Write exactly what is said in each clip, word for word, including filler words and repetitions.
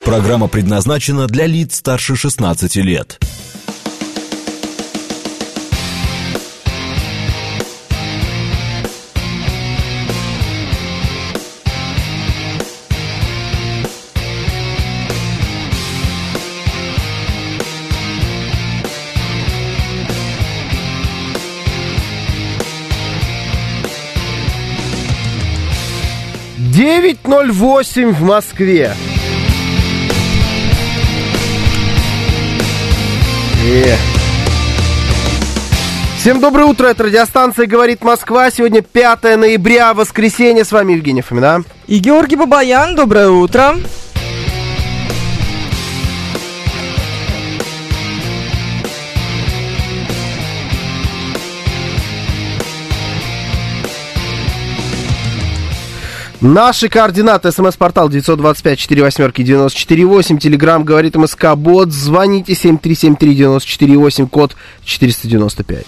Программа предназначена для лиц старше шестнадцати лет. девять ноль восемь в Москве. Э. Всем доброе утро, это радиостанция «Говорит Москва». Сегодня пятое ноября, воскресенье. С вами Евгений Фомина. И Георгий Бабаян. Доброе утро. Наши координаты: смс-портал девять два пять четыре восемь девяносто четыре восемь, телеграмм «Говорит МСК Бот», звоните семь три семь три девять четыре восемь, код четыреста девяносто пять.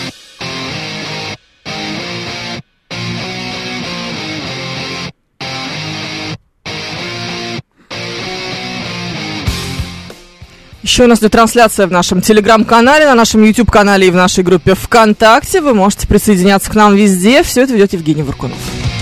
Еще у нас идет трансляция в нашем телеграм-канале, на нашем YouTube-канале и в нашей группе ВКонтакте. Вы можете присоединяться к нам везде. Все это ведет Евгений Варкунов.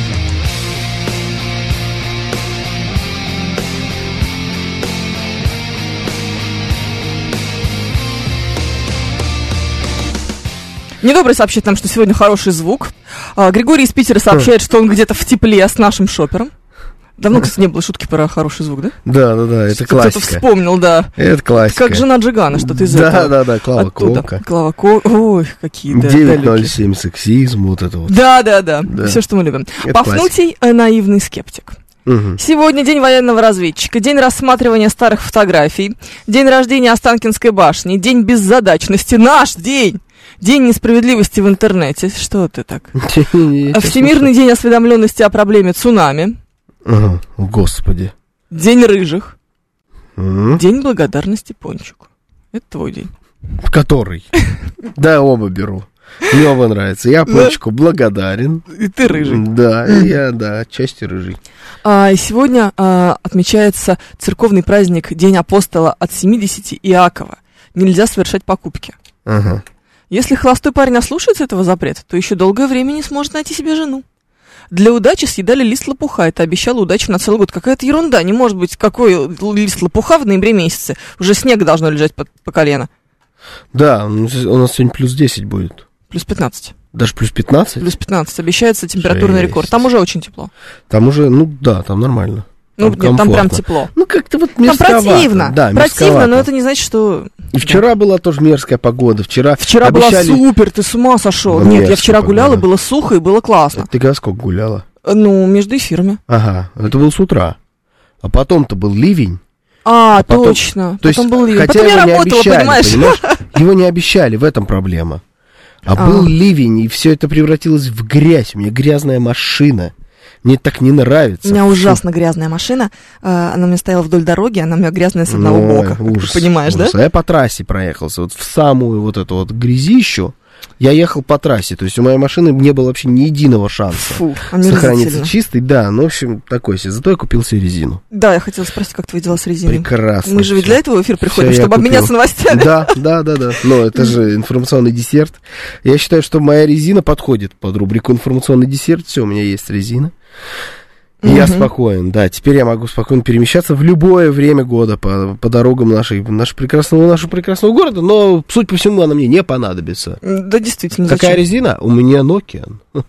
Недобрый сообщает нам, что сегодня хороший звук. А, Григорий из Питера сообщает, что он где-то в тепле с нашим шопером. Давно, кстати, не было шутки про хороший звук, да? Да, да, да, это классика. Кто-то вспомнил, да. Это классика. Как жена Джигана, что-то из да, этого. Да, да, да, Клава Кока. Клава Кока. Ой, какие, да, девять ноль семь сексизм, вот это вот. Да, да, да, да. Все, что мы любим. Это Пафнутий классика. Наивный скептик. Угу. Сегодня день военного разведчика, день рассматривания старых фотографий, день рождения Останкинской башни, день беззадачности, наш день. День несправедливости в интернете. Что ты так? Всемирный день осведомленности о проблеме цунами. Ага, господи. День рыжих. Mm-hmm. День благодарности Пончику. Это твой день. Который? Да, оба беру. Мне оба нравится. Я Пончику благодарен. И ты рыжий. Да, я, да, отчасти рыжий. А, сегодня а, отмечается церковный праздник День апостола от семидесяти Иакова. Нельзя совершать покупки. Ага. Если холостой парень ослушается этого запрета, то еще долгое время не сможет найти себе жену. Для удачи съедали лист лопуха. Это обещало удачу на целый год. Какая-то ерунда. Не может быть, какой лист лопуха в ноябре месяце. Уже снег должно лежать по, по колено. Да, у нас сегодня плюс десять будет. Плюс пятнадцать. Даже плюс пятнадцать? Плюс пятнадцать. Обещается температурный Жесть. Рекорд. Там уже очень тепло. Там уже, ну да, там нормально. Ну, там, нет, там прям тепло. Ну, как-то вот мерзковато. Там противно. Да, противно, но это не значит, что... И вчера да. была тоже мерзкая погода. Вчера, вчера обещали... была супер, ты с ума сошел. Ну, нет, я вчера гуляла, погода. Было сухо и было классно. Ты когда сколько гуляла? Ну, между эфирами. Ага, это было с утра. А потом-то был ливень. А, а потом, точно. То потом есть, был ливень. Хотя потом его я не работала, обещали, понимаешь? понимаешь? Его не обещали, в этом проблема. А, а был ливень, и все это превратилось в грязь. У меня грязная машина. Мне так не нравится. У меня ужасно грязная машина. Она у меня стояла вдоль дороги, она у меня грязная с одного Ой, бока. Ужас, ты понимаешь, ужас. да? А я по трассе проехался, вот в самую вот эту вот грязищу. Я ехал по трассе, то есть у моей машины не было вообще ни единого шанса Фу, сохраниться чистой. Да, ну, в общем, такой себе. Зато я купил себе резину. Да, я хотела спросить, как твои дела с резиной. Прекрасно. Мы же ведь для этого в эфир приходим, всё, чтобы обменяться новостями. Да, да, да, да. Но это же информационный десерт. Я считаю, что моя резина подходит под рубрику информационный десерт. Все, у меня есть резина. Mm-hmm. Я спокоен, да. Теперь я могу спокойно перемещаться в любое время года по, по дорогам нашей, нашего, прекрасного, нашего прекрасного города, но, судя по всему, она мне не понадобится. Да, действительно. Какая зачем? резина? У меня Nokia.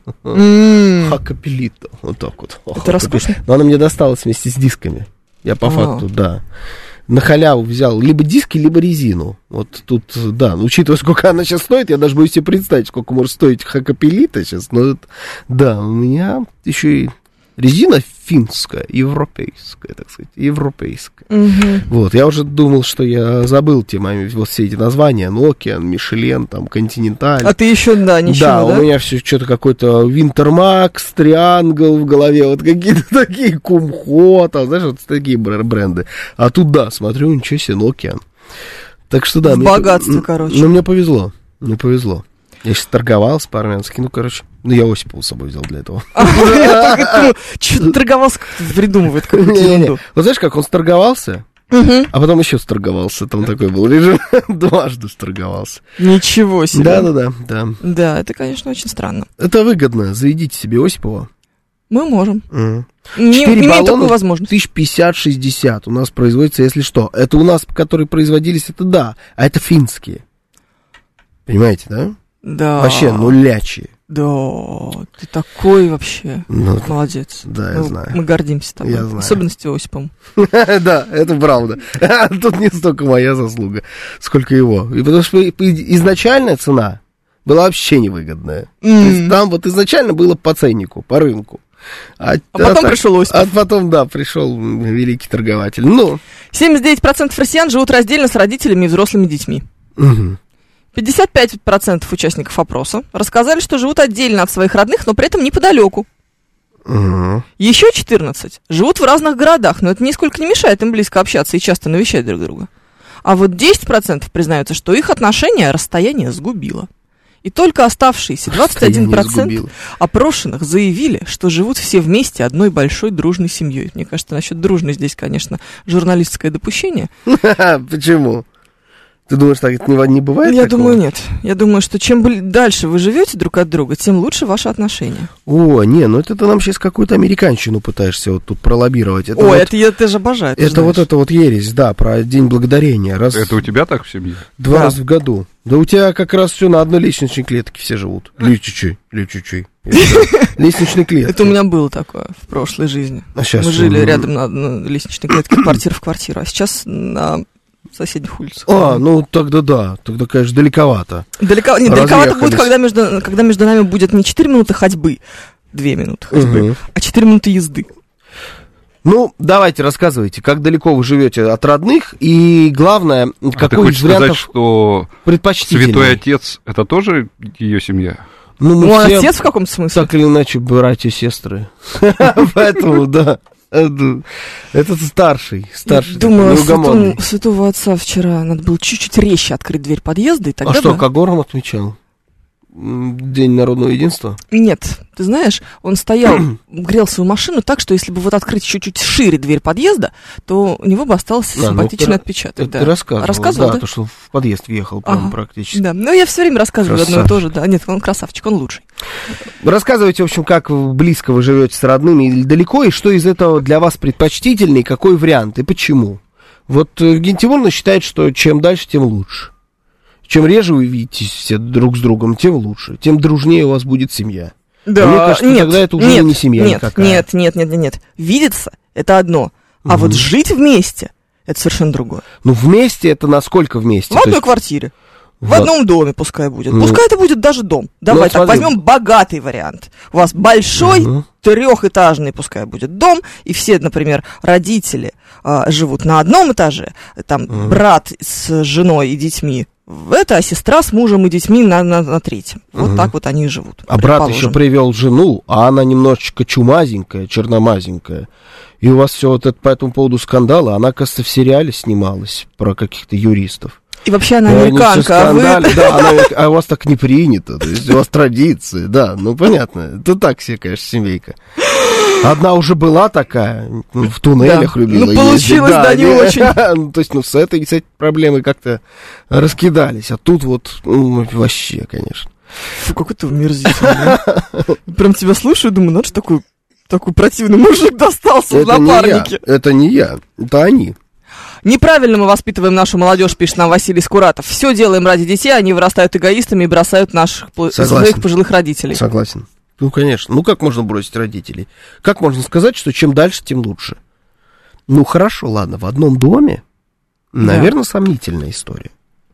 Mm. Хакапелито. Вот так вот. Это роскошно. Но она мне досталась вместе с дисками. Я по А-а-а. факту, да. На халяву взял либо диски, либо резину. Вот тут, да, учитывая, сколько она сейчас стоит, я даже боюсь себе представить, сколько может стоить Хакапелито сейчас. Но, да, у меня еще и резина финская, европейская, так сказать, европейская. Угу. Вот, я уже думал, что я забыл те мои, вот все эти названия, Nokia, Michelin, там, Continental. А ты еще, да, ничего, да? Да, у меня все что-то какой-то Wintermax, Triangle в голове, вот какие-то такие, Kumho, там, знаешь, вот такие бренды. А тут, да, смотрю, ничего себе, Nokia. Так что, да. В богатстве, короче. Ну, мне повезло, мне повезло. Я сейчас торговался по-армянски, ну, короче, ну, я Осипову с собой взял для этого. Что-то торговался, как-то придумывает какую-то ерунду. Вот знаешь, как он сторговался, Угу. А потом еще сторговался. Там такой был режим. Дважды сторговался. Ничего себе. Да-да-да. Да. Да, это, конечно, очень странно. Это выгодно. Заведите себе Осипова. Мы можем. Угу. Не имеем такой возможности. Тысяч пятьдесят шестьдесят у нас производится, если что. Это у нас, которые производились, это да. А это финские. Понимаете, да? Да. Вообще нулячие. Да, ты такой вообще ну, молодец. Да, я мы, знаю. Мы гордимся тобой. Я знаю. Особенно с Осипом. Да, это правда. Тут не столько моя заслуга, сколько его. И потому что изначальная цена была вообще невыгодная. То есть там вот изначально было по ценнику, по рынку. А, а потом а, пришел Осипов. А потом, да, пришел великий торгователь. Ну. семьдесят девять процентов россиян живут раздельно с родителями и взрослыми детьми. Угу. пятьдесят пять процентов участников опроса рассказали, что живут отдельно от своих родных, но при этом неподалеку. Угу. Еще четырнадцать живут в разных городах, но это нисколько не мешает им близко общаться и часто навещать друг друга. А вот десять процентов признаются, что их отношения расстояние сгубило. И только оставшиеся двадцать один процент опрошенных заявили, что живут все вместе одной большой дружной семьей. Мне кажется, насчет дружной здесь, конечно, журналистское допущение. Почему? Ты думаешь, так это не, не бывает? Я такого? думаю, нет. Я думаю, что чем дальше вы живете друг от друга, тем лучше ваши отношения. О, не, ну это ты нам сейчас какую-то американщину пытаешься вот тут пролоббировать. Это О, вот, это я тоже обожаю. Это вот это вот ересь, да, про День Благодарения. Раз, это у тебя так в семье? Два да. раза в году. Да у тебя как раз все на одной лестничной клетке все живут. Личичи, личичи. Лестничной клетке. Это у меня было такое в прошлой жизни. А сейчас мы жили рядом на, на лестничной клетке, квартира в квартиру, а сейчас на соседних улицах. А, ну тогда да, тогда, конечно, далековато. Далеко, не, далековато будет, когда между, когда между нами будет не четыре минуты ходьбы, две минуты ходьбы, угу. а четыре минуты езды. Ну, давайте, рассказывайте, как далеко вы живете от родных, и главное, а какой из вариантов сказать, что предпочтительный. Святой Отец — это тоже ее семья? Ну, ну а отец в каком смысле? Так или иначе, братья и сестры. Поэтому, да. Это старший, старший. Думаю, святому, святого отца вчера надо было чуть-чуть резче открыть дверь подъезда. И тогда а что, бы... как он отмечал? День народного единства? Нет, ты знаешь, он стоял, грел свою машину так, что если бы вот открыть чуть-чуть шире дверь подъезда, то у него бы остался а, симпатичный ну, отпечаток. Это да. ты рассказывал, рассказывал, да, да? то, что в подъезд въехал прям ага. практически. Да, но я все время рассказываю красавчик. одно и то же. Да. Нет, он красавчик, он лучший. Рассказывайте, в общем, как близко вы живете с родными или далеко, и что из этого для вас предпочтительней, какой вариант и почему. Вот Евгений Тимурович считает, что чем дальше, тем лучше. Чем реже вы видитесь все друг с другом, тем лучше. Тем дружнее у вас будет семья. Да, мне кажется, нет, тогда это уже нет, не семья нет, никакая. Нет, нет, нет, нет, нет. Видеться — это одно. А угу. вот жить вместе — это совершенно другое. Ну, вместе это насколько вместе? В одной есть... квартире. В вот. одном доме пускай будет. Ну. Пускай это будет даже дом. Давай ну, так, смотри. возьмем богатый вариант. У вас большой, угу. трехэтажный пускай будет дом, и все, например, родители а, живут на одном этаже, там угу. брат с женой и детьми в это, а сестра с мужем и детьми на, на, на третьем. Вот угу. так вот они и живут. А брат еще привел жену, а она немножечко чумазенькая, черномазенькая. И у вас все вот это по этому поводу скандала, она, кажется, в сериале снималась про каких-то юристов. И вообще она американка, а вы... Да, она, а у вас так не принято, то есть у вас традиции, да, ну понятно, это так все, конечно, семейка. Одна уже была такая, ну, в туннелях да. любила Ну, получилось, ездить. да, да, не очень. Ну, то есть, ну, с этой, с этой проблемой как-то раскидались, а тут вот, ну, вообще, конечно. Фу, какой ты умерзительный. Прям тебя слушаю, думаю, надо же такой, такой противный мужик достался в напарнике. Это не я, это они. Неправильно мы воспитываем нашу молодежь, пишет нам Василий Скуратов. Все делаем ради детей, они вырастают эгоистами и бросают наших своих пожилых родителей. Согласен. Ну, конечно. Ну, как можно бросить родителей? Как можно сказать, что чем дальше, тем лучше? Ну, хорошо, ладно, в одном доме, наверное, да. сомнительная история.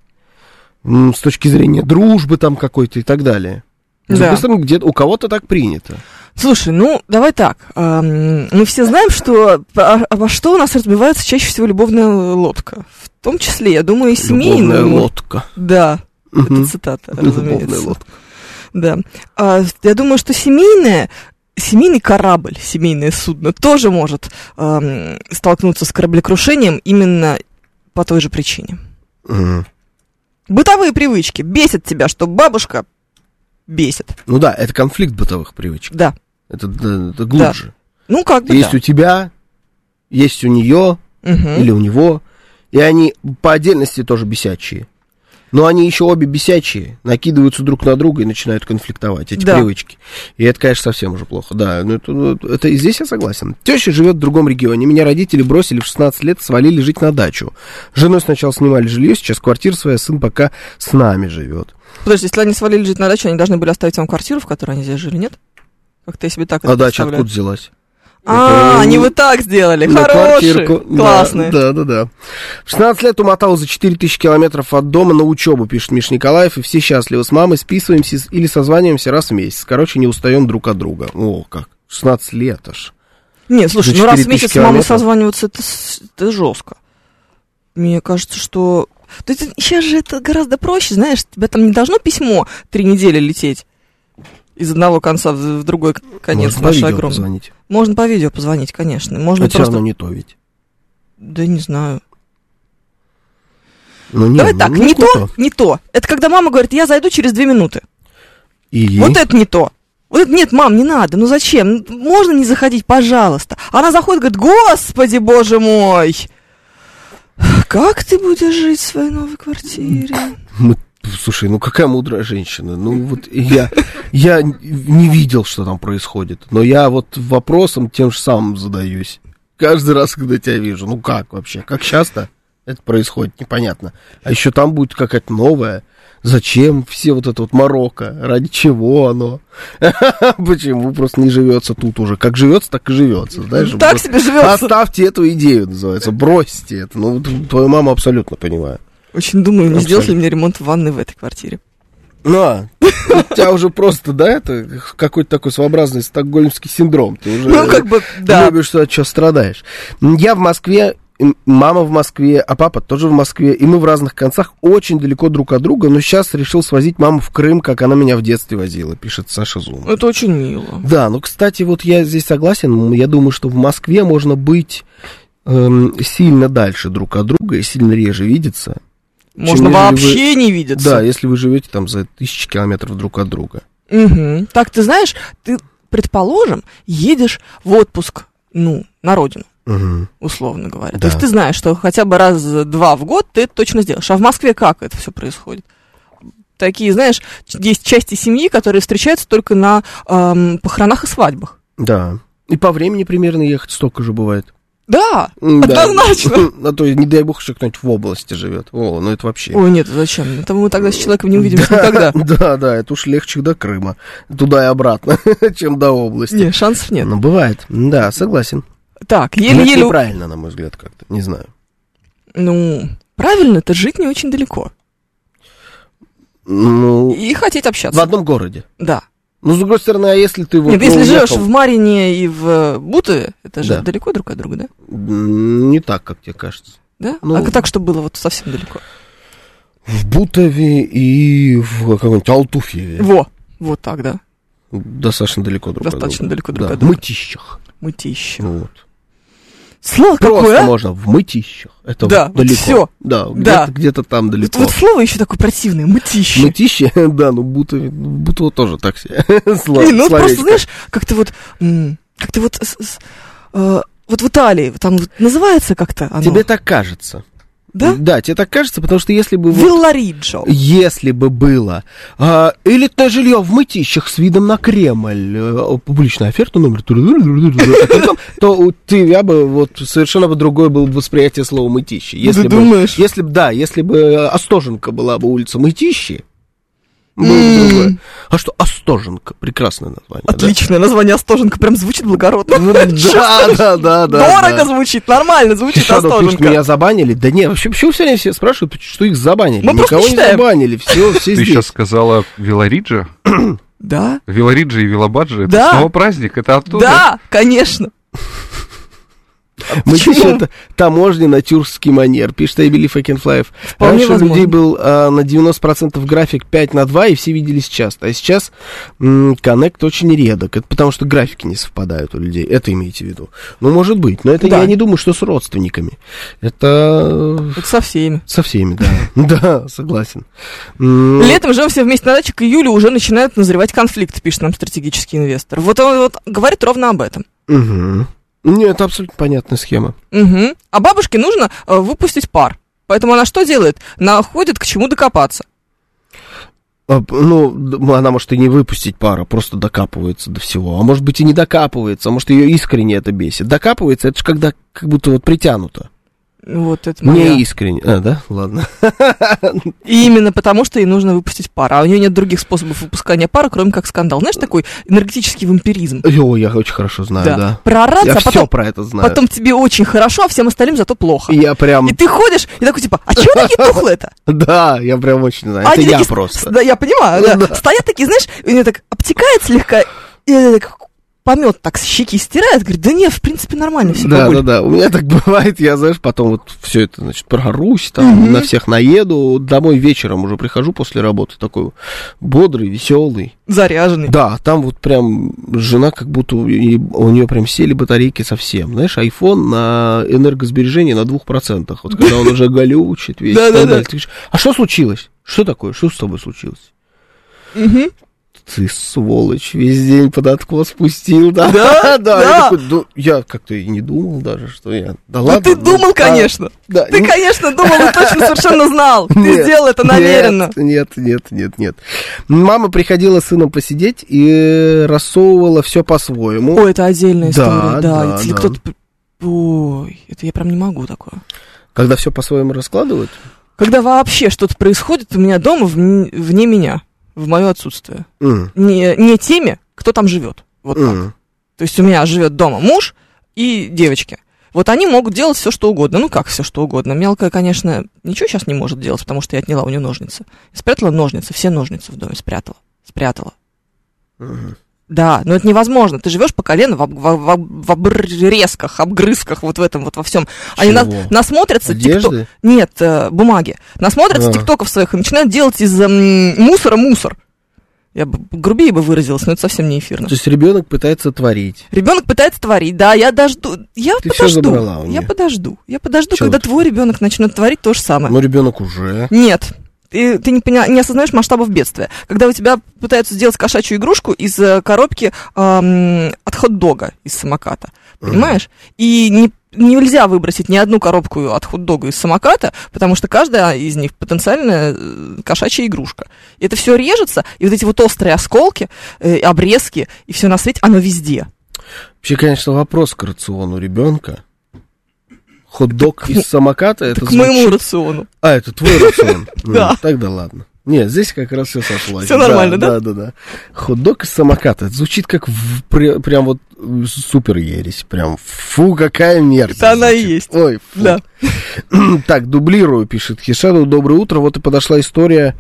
С точки зрения дружбы там какой-то и так далее. С другой стороны, где-то у кого-то так принято. Слушай, ну, давай так. Эм, мы все знаем, что во что у нас разбивается чаще всего любовная лодка. В том числе, я думаю, и семейная. Любовная лодка. Да, угу. Это цитата, разумеется. Любовная лодка. Да. А, я думаю, что семейная, семейный корабль, семейное судно тоже может эм, столкнуться с кораблекрушением именно по той же причине. Угу. Бытовые привычки. Бесит тебя, что бабушка бесит. Ну да, это конфликт бытовых привычек. Да. Это, это, это глубже. Да. Ну, как бы Есть да. у тебя, есть у нее, угу. или у него. И они по отдельности тоже бесячие. Но они еще обе бесячие, накидываются друг на друга и начинают конфликтовать, эти да. привычки. И это, конечно, совсем уже плохо. Да, ну это, ну, это и здесь я согласен. Теща живет в другом регионе. Меня родители бросили в шестнадцать лет, свалили жить на дачу. С женой сначала снимали жилье, сейчас квартира своя, сын пока с нами живет. Подожди, если они свалили жить на дачу, они должны были оставить вам квартиру, в которой они здесь жили, нет? Как-то я себе так это А дача откуда взялась? А, это... они вот так сделали. Хорошие, классные. Да, да, да. В шестнадцать лет умотал за четыре тысячи километров от дома на учебу, пишет Миш Николаев, и все счастливы с мамой, списываемся или созваниваемся раз в месяц. Короче, не устаем друг от друга. О, как, шестнадцать лет аж. Нет, слушай, ну раз в месяц с мамой созваниваться, это, это жестко. Мне кажется, что... Сейчас же это гораздо проще, знаешь, тебя там не должно письмо три недели лететь. Из одного конца в другой конец Можно нашей по видео огромной. Позвонить. Можно по видео позвонить, конечно. Можно это просто... все равно не то ведь. Да не знаю. Ну, нет, Давай ну, так, ну, не то, то, не то. Это когда мама говорит, я зайду через две минуты. И? Вот это не то. Вот это, нет, мам, не надо, ну зачем? Можно не заходить, пожалуйста. Она заходит, говорит, господи, боже мой. Как ты будешь жить в своей новой квартире? Мы Слушай, ну какая мудрая женщина. Ну вот я, я не видел, что там происходит. Но я вот вопросом тем же самым задаюсь. Каждый раз, когда тебя вижу. Ну как вообще? Как часто это происходит? Непонятно. А еще там будет какая-то новая. Зачем все вот это вот Марокко? Ради чего оно? Почему просто не живется тут уже? Как живется, так и живется. Знаешь, так себе живется. Оставьте эту идею, называется. Бросьте это. Ну, твою маму абсолютно понимаю. Очень думаю, не сделать ли мне ремонт в ванной в этой квартире. Ну, а, у тебя уже просто, да, это какой-то такой своеобразный стокгольмский синдром. Ты уже ну, как бы, да. любишь, что от чего страдаешь. Я в Москве, мама в Москве, а папа тоже в Москве, и мы в разных концах очень далеко друг от друга, но сейчас решил свозить маму в Крым, как она меня в детстве возила, пишет Саша Зум. Это очень мило. Да, ну, кстати, вот я здесь согласен, я думаю, что в Москве можно быть эм, сильно дальше друг от друга и сильно реже видеться. Можно вообще вы, не видеться. Да, если вы живете там за тысячи километров друг от друга. Угу. Так, ты знаешь, ты, предположим, едешь в отпуск, ну, на родину, угу. условно говоря. Да. То есть ты знаешь, что хотя бы раз-два в год ты это точно сделаешь. А в Москве как это все происходит? Такие, знаешь, есть части семьи, которые встречаются только на эм, похоронах и свадьбах. Да. И по времени примерно ехать столько же бывает. Да, да, однозначно. А то, не дай бог, еще кто-нибудь в области живет. О, ну это вообще... Ой, нет, зачем? Это мы тогда с человеком не увидимся да, никогда. Да, да, это уж легче до Крыма, туда и обратно, чем до области. Нет, шансов нет. Ну, бывает, да, согласен. Так, еле-еле... Это неправильно, на мой взгляд, как-то, не знаю. Ну, правильно, это жить не очень далеко. Ну... И хотеть общаться. В одном городе. Да. Ну, с другой стороны, а если ты... Вот, Нет, если ну, живешь уехал... в Марине и в Бутове, это же да. далеко друг от друга, да? Не так, как тебе кажется. Да? Ну, а так, чтобы было вот совсем далеко? В Бутове и в каком-нибудь Алтуфьеве. Во, вот так, да. Достаточно далеко друг Достаточно от друга. далеко друг да. от друга. В Мытищах. Мытищах. Вот. Слово Просто какое, а? можно в Мытищах. Это да, вот далеко. Все. Да, да. Где-то, где-то там далеко. Вот, вот слово еще такое противное, мытище. Мытище, да, ну Бутово, Бутово тоже так себе. Не, ну просто, знаешь, как-то вот, как-то вот, э, вот в Италии, там называется как-то оно. Тебе так кажется. Да? Да, тебе так кажется, потому что если бы... Виллариджо. Если бы было а, элитное жилье в Мытищах с видом на Кремль, а, публичная оферта, номер, то у тебя бы вот совершенно бы другое было бы восприятие слова Мытищи. Если Ты бы, думаешь? Если бы, да, если бы Остоженко была бы улица Мытищи, было бы Mm. другое. А что Остоженко? Прекрасное название. Отличное да? название Остоженко, прям звучит благородно. Ну, да, да, да, да. Дорого да. звучит, нормально звучит Shadow Остоженко. пишет, меня забанили. Да не, вообще, почему все, все спрашивают, что их забанили? Мы Никого не читаем. забанили, все, все Ты здесь. сейчас сказала Виллариджо? Да. Виллариджо и Виллабаджо, это Да. снова праздник, это оттуда? Да, конечно. Мытищи — это таможня на тюркский манер, пишет I Believe I Can Fly. Вполне Раньше у людей возможно. был а, на девяносто процентов график пять на два, и все виделись часто. А сейчас м, коннект очень редок. Это потому, что графики не совпадают у людей. Это имейте в виду. Ну, может быть. Но это Да. я не думаю, что с родственниками. Это... Это со всеми. Со всеми, да. Да, согласен. М, Летом живем все вместе на даче, к июлю уже начинают назревать конфликты, пишет нам стратегический инвестор. Вот он вот говорит ровно об этом. Угу. Нет, это абсолютно понятная схема. Угу. А бабушке нужно э, выпустить пар. Поэтому она что делает? Находит, к чему докопаться. А, ну, она может и не выпустить пар, а просто докапывается до всего. А может быть и не докапывается, а может ее искренне это бесит. Докапывается, это же когда как будто вот притянуто. Вот это моя. Не искренне. А, да? Ладно. И именно потому, что ей нужно выпустить пар. А у нее нет других способов выпускания пара, кроме как скандал. Знаешь, такой энергетический вампиризм. О, я очень хорошо знаю, да. да. Проораться, я а потом, все про это знаю. Потом тебе очень хорошо, а всем остальным зато плохо. Я прям... И ты ходишь, и такой, типа, а чего такие тухлые-то? Да, я прям очень знаю. А это я такие, просто. Да, я понимаю, да. Да. Стоят такие, знаешь, у нее так обтекает слегка, и так... помет так с щеки стирает, говорит, да нет, в принципе, нормально все. Да, да, да, у меня так бывает, я, знаешь, потом вот все это, значит, прогорусь, там, угу. на всех наеду, домой вечером уже прихожу после работы, такой бодрый, веселый. Заряженный. Да, там вот прям жена как будто, у нее прям сели батарейки совсем, знаешь, айфон на энергосбережение на двух процентах, вот когда он уже глючит весь. Да, да, да. А что случилось? Что такое? Что с тобой случилось? Угу. Ты, сволочь, весь день под откос спустил, да? Да, да. Я, такой, ну, я как-то и не думал даже, что я... Да ну, ладно. ты думал, ну, конечно. А, да, ты, не... конечно, думал и точно совершенно знал. Ты нет, сделал это намеренно. Нет, нет, нет, нет. Мама приходила с сыном посидеть и рассовывала все по-своему. Ой, это отдельная история, да. да Если да. кто-то... Ой, это я прям не могу такое. Когда все по-своему раскладывают? Когда вообще что-то происходит у меня дома вне, вне меня. В мое отсутствие. Mm. Не, не теми, кто там живет. Вот mm. так. То есть у меня живет дома муж и девочки. Вот они могут делать все, что угодно. Ну, как все, что угодно. Мелкая, конечно, ничего сейчас не может делать, потому что я отняла у нее ножницы. Я спрятала ножницы, все ножницы в доме спрятала. Спрятала. Mm. Да, но это невозможно. Ты живешь по колено в, об, в, в, в обрезках, обгрызках, вот в этом, вот во всем. Они на, насмотрятся... Одежды? Тикток... Нет, э, бумаги. Насмотрятся а. тиктоков своих и начинают делать из э, мусора мусор. Я бы грубее бы выразилась, но это совсем не эфирно. То есть ребенок пытается творить. Ребенок пытается творить, да, я дожду. Я Ты подожду. Все забрала у нее. Я подожду. Я подожду, Чё когда ты? твой ребенок начнет творить то же самое. Ну, ребенок уже. Нет. Ты, ты не, поня... не осознаешь масштабов бедствия. Когда у тебя пытаются сделать кошачью игрушку из коробки эм, от хот-дога из самоката, понимаешь? Uh-huh. И не, нельзя выбросить ни одну коробку от хот-дога из самоката, потому что каждая из них потенциальная кошачья игрушка. И это все режется, и вот эти вот острые осколки, э, обрезки, и все на свете, оно везде. Вообще, конечно, вопрос к рациону ребенка. Хот-дог из самоката, это к моему рациону. А, это твой рацион? Да. Тогда ладно. Нет, здесь как раз все сошлось. Все нормально, да? Да, да, да. Хот-дог из самоката. Это звучит как в, при, прям вот супер ересь. Прям фу, какая мерзость. Это она и есть. Ой, фу. Да. Так, дублирую, пишет Хишаду. Доброе утро. Вот и подошла история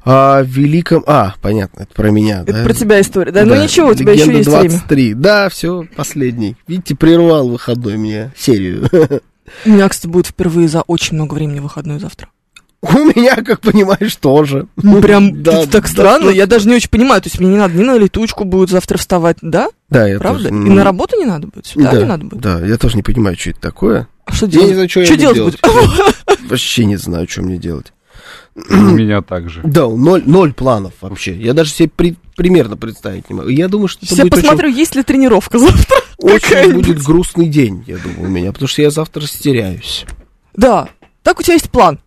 о великом... А, понятно, это про меня. Это да? про тебя история. Да, да. Ну ничего, у тебя Легенда еще есть двадцать три. время. Да, все, последний. Видите, прервал выходной мне серию. У меня, кстати, будет впервые за очень много времени выходной завтра. У меня, как понимаешь, тоже. Ну, прям, да, это так да, странно, да. Я даже не очень понимаю, то есть мне не надо ни на летучку будет завтра вставать, да? Да, я правда? тоже. И на работу не надо будет, сюда да, не надо будет. Да, я тоже не понимаю, что это такое. А что я делать? не знаю, что, что я делать делать будет? Вообще не знаю, что мне делать. У меня также. Да, ноль, ноль планов вообще. Я даже себе при, примерно представить не могу. Я думаю, что это я будет посмотрю, очень, есть ли тренировка завтра. очень будет грустный день, я думаю, у меня, потому что я завтра растеряюсь. Да, так у тебя есть план.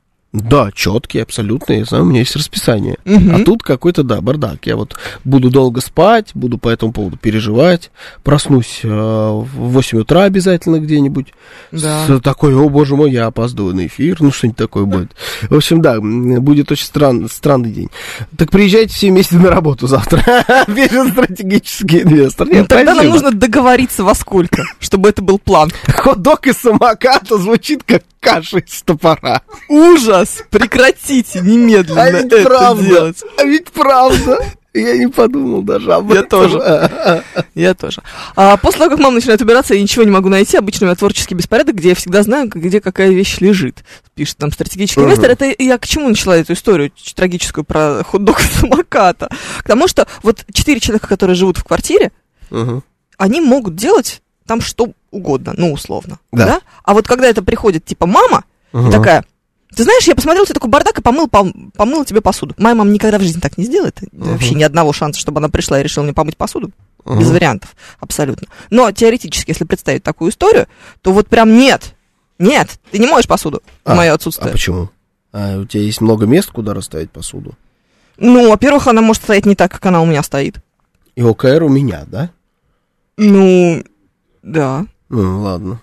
Да, четкий, абсолютно, я знаю, у меня есть расписание. Угу. А тут какой-то, да, бардак. Я вот буду долго спать, буду по этому поводу переживать, проснусь э, в восемь утра обязательно где-нибудь. Да. С такой, о боже мой, я опаздываю на эфир, ну что-нибудь такое будет. В общем, да, будет очень стран, странный день. Так приезжайте все вместе на работу завтра. Пишет стратегический инвестор. Ну, тогда нам нужно договориться во сколько, чтобы это был план. Хот-дог из самоката звучит как каша из топора. Ужас! Прекратите немедленно а ведь это правда, делать. А ведь правда. Я не подумал даже об этом. Я тоже. Я тоже. А после того, как мама начинает убираться, я ничего не могу найти. Обычно у меня творческий беспорядок, где я всегда знаю, где какая вещь лежит. Пишет там стратегический uh-huh. инвестор. Это я к чему начала эту историю трагическую про хот-дог из самоката? К тому, что вот четыре человека, которые живут в квартире, uh-huh. они могут делать там что угодно, ну, условно. Да. Да? А вот когда это приходит, типа, мама, uh-huh. и такая... Ты знаешь, я посмотрела, у тебя такой бардак и помыл, пом, помыла тебе посуду. Моя мама никогда в жизни так не сделает. Uh-huh. Вообще ни одного шанса, чтобы она пришла и решила мне помыть посуду. uh-huh. без вариантов, абсолютно. Но теоретически, если представить такую историю, то вот прям нет, нет, ты не моешь посуду в а, мое отсутствие. А почему? А у тебя есть много мест, куда расставить посуду? Ну, во-первых, она может стоять не так, как она у меня стоит. И ОКР у меня, да? Ну, да. Ну, ладно.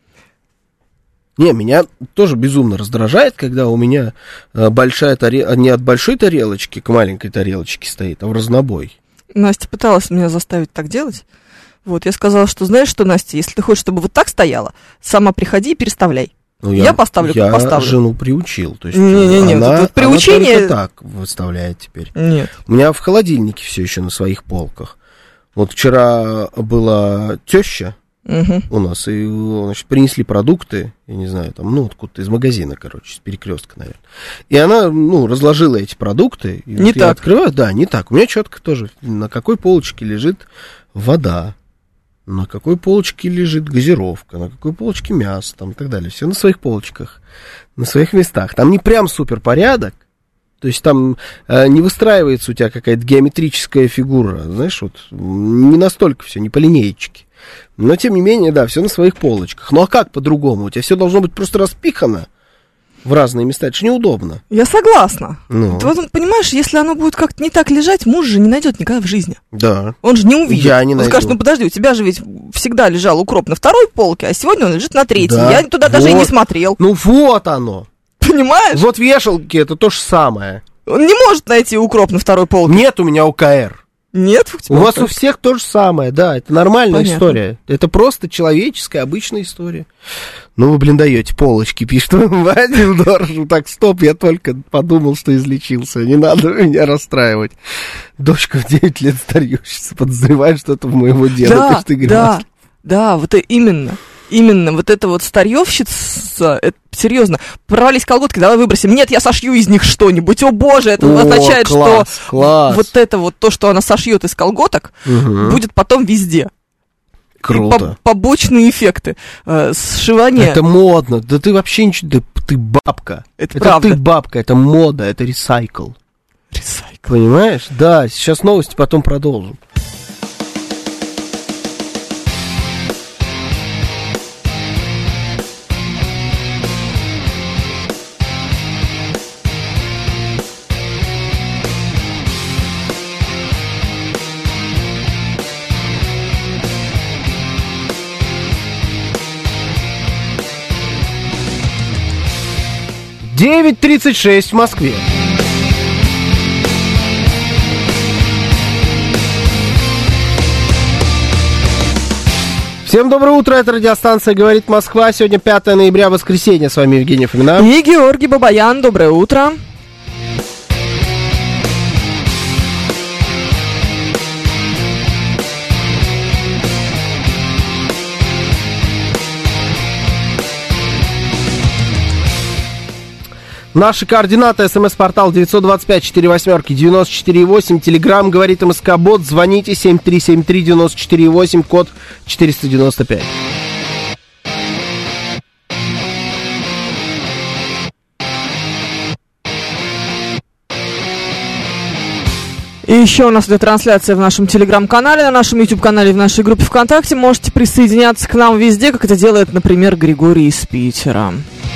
Не, меня тоже безумно раздражает, когда у меня большая тарелка, не от большой тарелочки к маленькой тарелочке стоит, а в разнобой. Настя пыталась меня заставить так делать. Вот, я сказала, что знаешь что, Настя, если ты хочешь, чтобы вот так стояла, сама приходи и переставляй. Ну, я, я поставлю, я как поставлю. Я жену приучил. То есть Не-не-не, она, вот, вот приучение... она только так выставляет теперь. Нет. У меня в холодильнике все еще на своих полках. Вот вчера была теща угу. у нас, и, значит, принесли продукты, я не знаю, там, ну, откуда-то из магазина, короче, с перекрестка, наверное. И она, ну, разложила эти продукты. И не вот так. Я открываю, да, не так. У меня четко тоже, на какой полочке лежит вода, на какой полочке лежит газировка, на какой полочке мясо, там, и так далее. Все на своих полочках, на своих местах. Там не прям супер порядок. То есть там э, не выстраивается у тебя какая-то геометрическая фигура, знаешь, вот не настолько все, не по линеечке. Но, тем не менее, да, все на своих полочках. Ну, а как по-другому? У тебя все должно быть просто распихано в разные места. Это же неудобно. Я согласна. Ну. Ты вот, понимаешь, если оно будет как-то не так лежать, муж же не найдет никогда в жизни. Да. Он же не увидит. Я не он найду. скажет, ну подожди, у тебя же ведь всегда лежал укроп на второй полке, а сегодня он лежит на третьей. Да. Я туда вот. даже и не смотрел. Ну, вот оно. Понимаешь? Вот вешалки, это то же самое. Он не может найти укроп на второй полке. Нет у меня ОКР. Нет? У, у вас у всех то же самое, да, это нормальная Понятно. история. Это просто человеческая, обычная история. Ну, вы, блин, даете полочки, пишет Вадим Дорожу. Так, стоп, я только подумал, что излечился. Не надо меня расстраивать. Дочка в девять лет старьевщица, подозревает, что это в моего деда. Да, пишет Игорь да, Маслов. да, вот и именно. Именно, вот это вот старьевщица, это, серьезно, порвались колготки, давай выбросим. Нет, я сошью из них что-нибудь. О боже, это О, означает, класс, что класс. вот это вот, то, что она сошьет из колготок, угу. будет потом везде. Круто. По- побочные эффекты э, сшивания. Это модно. Да ты вообще ничего, да ты бабка. Это, это правда. ты бабка, это мода, это ресайкл. Ресайкл. Понимаешь? Да, сейчас новости, потом продолжим. девять тридцать шесть в Москве. Всем доброе утро, это радиостанция «Говорит Москва». Сегодня пятое ноября, воскресенье. С вами Евгений Фомина. И Георгий Бабаян. Доброе утро. Наши координаты: смс-портал девять два пять четыре восемь девяносто четыре восемь, телеграмм «Говорит МСК-бот», звоните семь три семь три девяносто четыре восемь, код четыреста девяносто пять. И еще у нас идет трансляция в нашем телеграм-канале, на нашем YouTube-канале, в нашей группе ВКонтакте. Можете присоединяться к нам везде, как это делает, например, Григорий из Питера.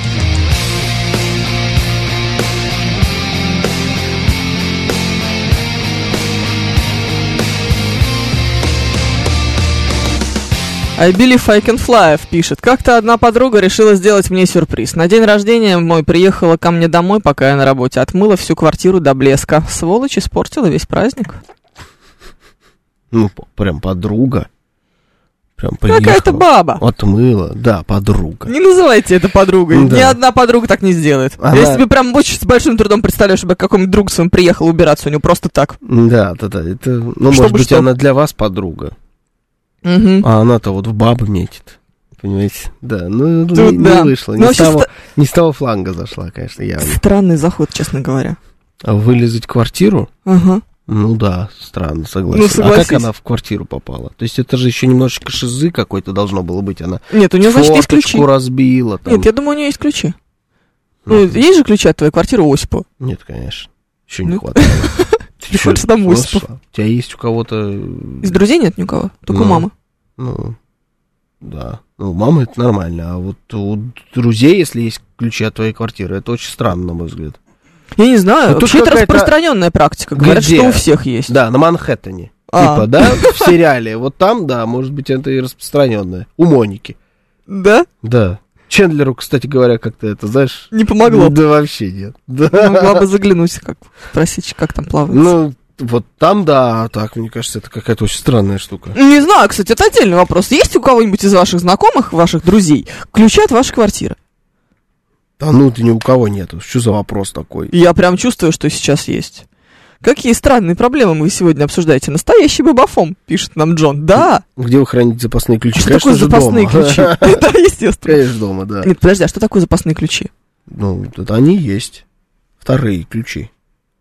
I believe I can fly, пишет. Как-то одна подруга решила сделать мне сюрприз. На день рождения мой приехала ко мне домой, пока я на работе. Отмыла всю квартиру до блеска. Сволочь, испортила весь праздник. Ну, прям подруга. Прям приехала. Какая-то баба. Отмыла, да, подруга. Не называйте это подругой. Да. Ни одна подруга так не сделает. Она... Я себе прям очень с большим трудом представляю, чтобы какому-нибудь другу своему приехал убираться у него просто так. Да, да, да. Это, ну, Чтобы может быть, что? она для вас подруга. Угу. А она-то вот в бабы метит. Понимаете? Да, ну, Тут, не, да. не вышло. Ну, Не с, того, ст... не с того фланга зашла, конечно, явно. Странный заход, честно говоря. А вылезать квартиру? Ага. Ну да, странно, согласен. Ну, согласись. А как она в квартиру попала? То есть это же еще немножечко шизы какой-то должно было быть. Она Нет, у нее, значит, есть ключи. форточку разбила. Там. Нет, я думаю, у нее есть ключи. Ну, Ну, есть же ключи от твоей квартиры у Осипова? нет, конечно. Еще не Ну. хватало. Телефончик там Осипов. У тебя есть у кого-то... Из друзей нет ни у кого, только ну, у мамы. Ну, да. Ну, у мамы это нормально, а вот у друзей, если есть ключи от твоей квартиры, это очень странно, на мой взгляд. Я не знаю, ну, вообще это распространенная практика. Говорят, где? Что у всех есть. Да, на Манхэттене. А. Типа, да, в сериале. Вот там, да, может быть, это и распространенное. У Моники. Да? Да. Чендлеру, кстати говоря, как-то это, знаешь... Не помогло. Да вообще нет. Да. Могла бы заглянуть, как спросить, как там плавать. Ну, вот там, да, так, мне кажется, это какая-то очень странная штука. Не знаю, кстати, это отдельный вопрос. Есть у кого-нибудь из ваших знакомых, ваших друзей, ключи от вашей квартиры? Да ну, ты ни у кого нету. Что за вопрос такой? Я прям чувствую, что сейчас есть. Какие странные проблемы вы сегодня обсуждаете? Настоящий бабафом, пишет нам Джон. Да. Где вы храните запасные ключи? А что Конечно такое же, запасные дома. ключи? Да, естественно. Конечно, дома, да. Нет, подожди, а что такое запасные ключи? Ну, это они есть. Вторые ключи.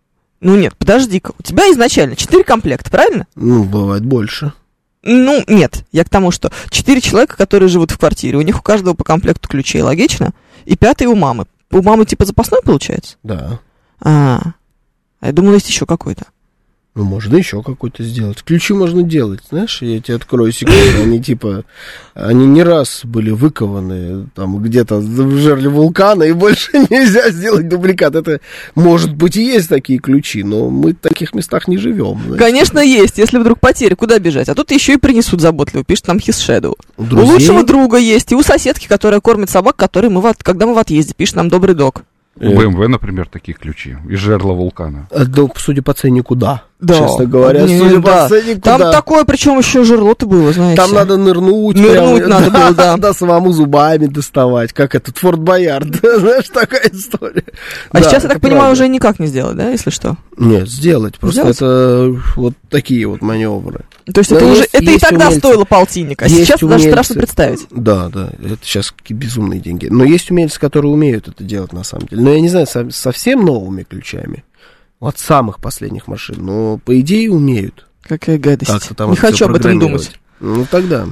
Ну нет, подожди-ка. У тебя изначально четыре комплекта, правильно? Ну, бывает больше. Ну, нет. Я к тому, что четыре человека, которые живут в квартире, у них у каждого по комплекту ключей, логично? И пятый у мамы. У мамы типа запасной получается? Да. А, а я думала, есть еще какой-то. Ну, можно еще какой-то сделать. Ключи можно делать, знаешь, я тебе открою секрет. Они типа, они не раз были выкованы там где-то в жерле вулкана, и больше нельзя сделать дубликат. Это, может быть, и есть такие ключи, но мы в таких местах не живем. Знаешь. Конечно, есть. Если вдруг потеря, куда бежать? А тут еще и принесут заботливо, пишет нам His Shadow. У, у лучшего друга есть, и у соседки, которая кормит собак, которые мы в, когда мы в отъезде, пишет нам Добрый Дог. У бэ эм вэ, например, такие ключи из жерла вулкана. Да, судя по ценнику, да. Да. Честно говоря, Не, судя да. по ценнику, Там да. такое, причем еще жерло-то было, знаете. Там надо нырнуть. Нырнуть прям, надо да, было, да. Да, самому зубами доставать. Как этот Форт Боярд. Знаешь, такая история. А да, сейчас, я так понимаю, правда. уже никак не сделать, да, если что? Нет, сделать. Просто Сделать? это вот такие вот маневры. То есть Но это есть- уже, это и есть тогда умельцы. стоило полтинник, а Есть сейчас даже умельцы. страшно представить. Да, да, это сейчас какие безумные деньги. Но есть умельцы, которые умеют это делать на самом деле. Но я не знаю, со- совсем новыми ключами. От самых последних машин. Но по идее умеют. Какая гадость. Так-то там Не это всё хочу об этом программировать. думать. Ну тогда.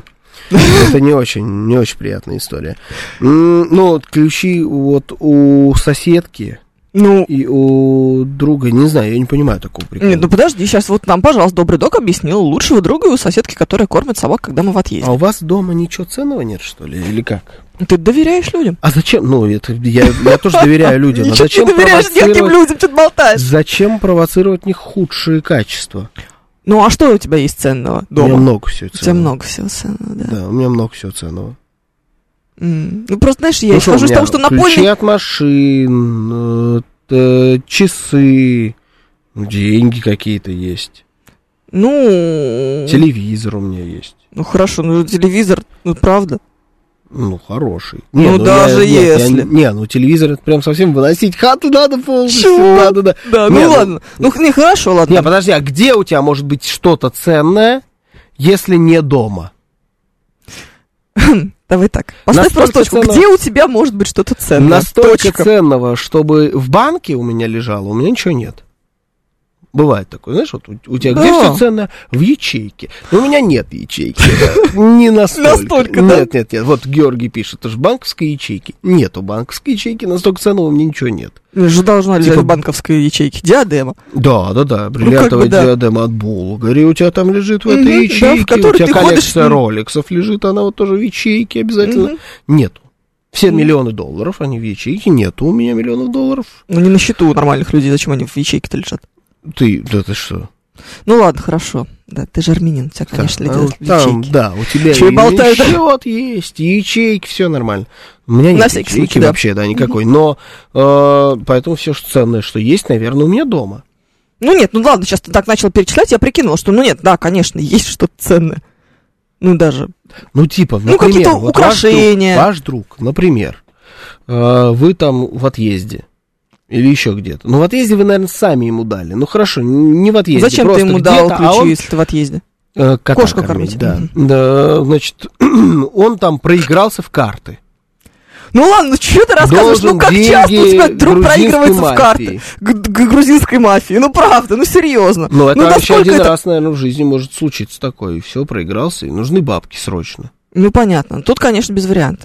Это не очень, не очень приятная история. М, Ну, вот ключи вот у соседки Ну, и у друга, не знаю, я не понимаю такого прикола. нет, ну подожди, сейчас вот нам, пожалуйста, Добрый Дог объяснил лучшего друга и у соседки, которая кормит собак, когда мы в отъезде. А у вас дома ничего ценного нет, что ли, или как? Ты доверяешь людям? А зачем? Ну, это я, я тоже доверяю людям. А Ничего зачем не доверяешь никаким провоцировать, людям, что ты болтаешь? зачем провоцировать в них худшие качества? Ну, а что у тебя есть ценного У меня дома? много всего У тебя ценного. много всего ценного, да. Да, у меня много всего ценного. М. Ну, просто, знаешь, я Ну, исхожу что, из у того, меня что ключи напольный... от машин, э, э, часы, деньги какие-то есть. Ну... Телевизор у меня есть. Ну, хорошо, ну, телевизор, ну, правда. Ну, хороший. Ну, даже я- нет, я если. не- не, ну телевизор это прям совсем выносить хату надо полностью. Чего? Надо, да. Да, Не, ну, ладно. Ну, не, хорошо, ладно. Не, подожди, а где у тебя может быть что-то ценное, если не дома? Давай так. Поставь Настолько просто точку. ценно- Где у тебя может быть что-то ценное? Настолько Точка. ценного, чтобы в банке у меня лежало, у меня ничего нет. Бывает такое, знаешь, вот у, у тебя где Да. все ценное? В ячейке. Но у меня нет ячейки. да. Не настолько. Настолько, да? Нет, нет, нет. Вот Георгий пишет, это же банковской ячейки. Нету банковской ячейки, настолько ценного у меня ничего нет. Же должна лежать Типа- в банковской ячейке. Диадема. Да, да, да, бриллиантовая бы да. диадема от Булгари у тебя там лежит в Мгм, этой да, в ячейке, которой у тебя ты ходишь, коллекция ну. роликсов лежит, она вот тоже в ячейке обязательно. Мгм. Нету. Все миллионы долларов, они в ячейке, нету у меня миллионов долларов. Ну, не на счету у нормальных людей. Зачем они в ячейке-то лежат? Ты, да ты что? Ну, ладно, хорошо. Да, ты же армянин. У тебя, конечно, Так, лежат ну, в там, ячейке. да, у тебя Чё и и болтаю, да? счет есть, и ячейки, все нормально. У меня На нет всякий ячейки случай, да. вообще, да, никакой. Но э, поэтому все что ценное, что есть, наверное, у меня дома. Ну, нет, ну, ладно, сейчас ты так начал перечислять, я прикинула, что, ну, нет, да, конечно, есть что-то ценное. Ну, даже... Ну, типа, Ну, например, какие-то вот украшения. Ваш друг, ваш друг, например, э, вы там в отъезде. Или еще где-то. Ну, в отъезде вы, наверное, сами ему дали. Ну, хорошо, не в отъезде. Зачем ты просто ему дал где-то, ключи, а он, если ты в отъезде? э, кота Кошку кормить, кормить. да. Мгм. Да, значит, он там проигрался в карты. Ну ладно, ну что ты рассказываешь? Должен Ну как часто у деньги тебя друг грузинской проигрывается в карты? мафии. Г- г- грузинской мафии. Ну правда, ну серьезно. Ну, это ну, вообще насколько один это... раз, наверное, в жизни может случиться такое. И все, проигрался, и нужны бабки срочно. Ну понятно. Тут, конечно, без вариантов.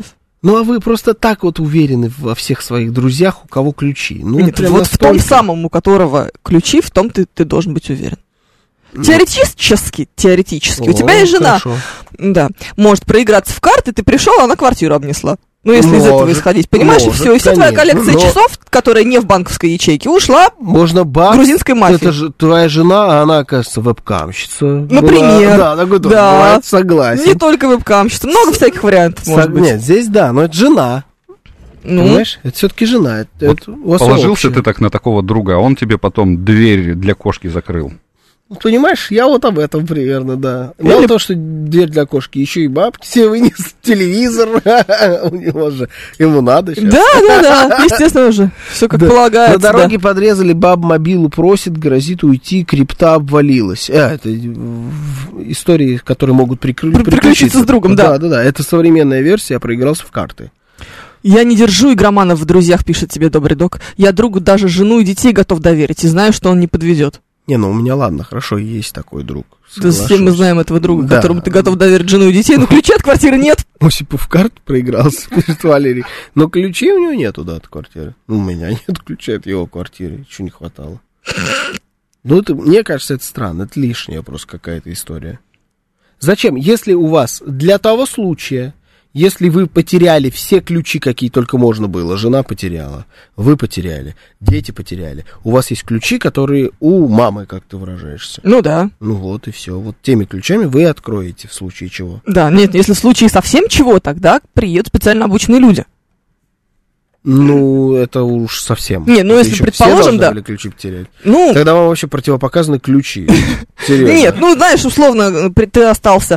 Ну, а вы просто так вот уверены во всех своих друзьях, у кого ключи. Ну, Нет, вот настолько... в том самом, у которого ключи, в том ты, ты должен быть уверен. Ну. Теоретически, теоретически. О, у тебя есть жена, хорошо. Да, может проиграться в карты, ты пришел, она квартиру обнесла. Ну, если может, из этого исходить, понимаешь, может, и все. И вся твоя коллекция но... часов, которая не в банковской ячейке, ушла можно бак, грузинской мафии. Это же твоя жена, а она, оказывается, вебкамщица. Например. Да, да, да. Бывает, согласен. Не только вебкамщица, много всяких вариантов, может Со... быть. Нет, здесь да, но это жена. Ну, понимаешь, это все-таки жена. Это, вот это у вас положился общее. Ты так на такого друга, а он тебе потом дверь для кошки закрыл. Понимаешь, я вот об этом примерно, да. Мало Или... того, что дверь для кошки, еще и бабки себе вынес, телевизор, у него же, ему надо сейчас. Да, да, да, естественно же, все как да. полагается. На дороге да. подрезали, баба мобилу просит, грозит уйти, крипта обвалилась. А, это истории, которые могут прикры... При- приключиться с другом, да. Да, да, да, это современная версия, я проигрался в карты. Я не держу игроманов в друзьях, пишет тебе добрый док. Я другу даже жену и детей готов доверить, и знаю, что он не подведет. Не, ну у меня, ладно, хорошо, есть такой друг. Да, все мы знаем этого друга, да. которому ты готов доверить жену и детей, но ключи от квартиры нет. Осипов в карту проигрался перед Валерией, но ключей у него нету, да, от квартиры. Ну, у меня нет ключей от его квартиры, чего не хватало. Ну, это, мне кажется, это странно, это лишняя просто какая-то история. Зачем? Если у вас для того случая... Если вы потеряли все ключи, какие только можно было, жена потеряла, вы потеряли, дети потеряли, у вас есть ключи, которые у мамы, как ты выражаешься. Ну да. Ну вот и все. Вот теми ключами вы откроете в случае чего. Да, нет, если в случае совсем чего, тогда приедут специально обученные люди. Ну, это уж совсем. Не, ну если, предположим, да. Были ключи потерять. Ну, тогда вам вообще противопоказаны ключи. Нет, ну знаешь, условно, ты остался...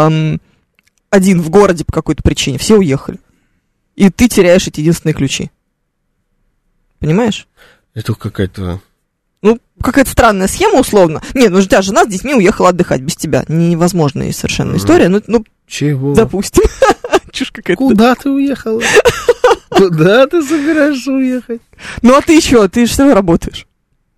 один в городе по какой-то причине, все уехали. И ты теряешь эти единственные ключи. Понимаешь? Это какая-то... Ну, какая-то странная схема, условно. Нет, ну, у тебя жена с детьми уехала отдыхать без тебя. Невозможная совершенно mm-hmm. история. Ну, ну, чего? Допустим. Чушь какая-то. Куда ты уехала? Куда ты собираешься уехать? Ну, а ты что? Ты что работаешь?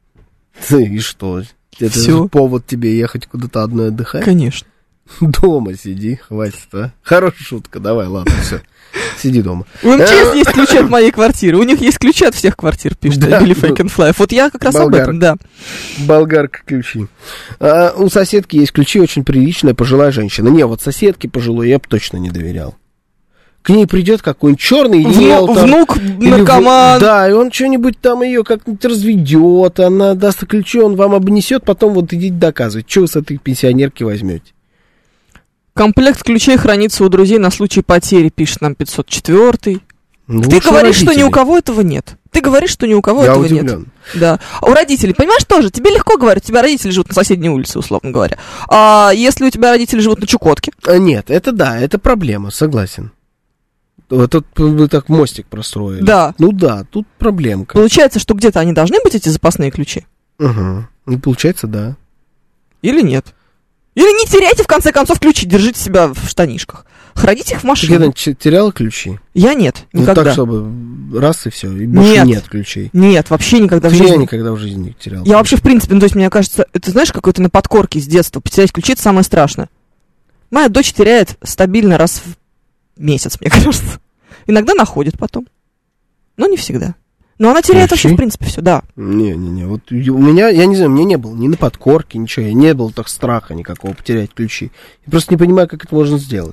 И что? Это же повод тебе ехать куда-то одной отдыхать? Конечно. Дома сиди, хватит, а. Хорошая шутка, давай, ладно, все. Сиди дома. У эм че эс есть ключи от моей квартиры. У них есть ключи от всех квартир, пишет Билли Фейкенфлайв. Вот я как раз об этом, да. Болгарка ключи. А, у соседки есть ключи, очень приличная пожилая женщина. Не, вот соседке пожилой я бы точно не доверял. К ней придет какой-нибудь черный риэлтор. Внук наркоман. Да, и он что-нибудь там ее как-нибудь разведет, она даст ключи, он вам обнесет, потом вот идите доказывать, что вы с этой пенсионерки возьмете. Комплект ключей хранится у друзей на случай потери, пишет нам пятьсот четвёртый. Ну, ты говоришь, родители. Что ни у кого этого нет. Ты говоришь, что ни у кого Я этого удивлен. нет. Да. А у родителей, понимаешь, тоже, тебе легко говорить, у тебя родители живут на соседней улице, условно говоря. А если у тебя родители живут на Чукотке? А нет, это да, это проблема, согласен. Тут вы так мостик простроили. Да. Ну да, тут проблемка. Получается, что где-то они должны быть, эти запасные ключи? Угу. Ну, получается, да. Или нет? Или не теряйте, в конце концов, ключи, держите себя в штанишках. Храните их в машине. Ты когда-нибудь теряла ключи? Я нет, никогда. Ну так, чтобы раз и все, и больше нет, нет ключей. Нет, вообще никогда Ты в жизни. Я никогда в жизни не терял. Я ключи. вообще, в принципе, ну, то есть, мне кажется, это, знаешь, какое-то на подкорке с детства. Потерять ключи — это самое страшное. Моя дочь теряет стабильно раз в месяц, мне кажется. Иногда находит потом, но не всегда. Но она теряет ключи? Вообще, в принципе, все, да. Не-не-не, вот у меня, я не знаю, у меня не было ни на подкорке, ничего, я не было так страха никакого потерять ключи. Я просто не понимаю, как это можно сделать.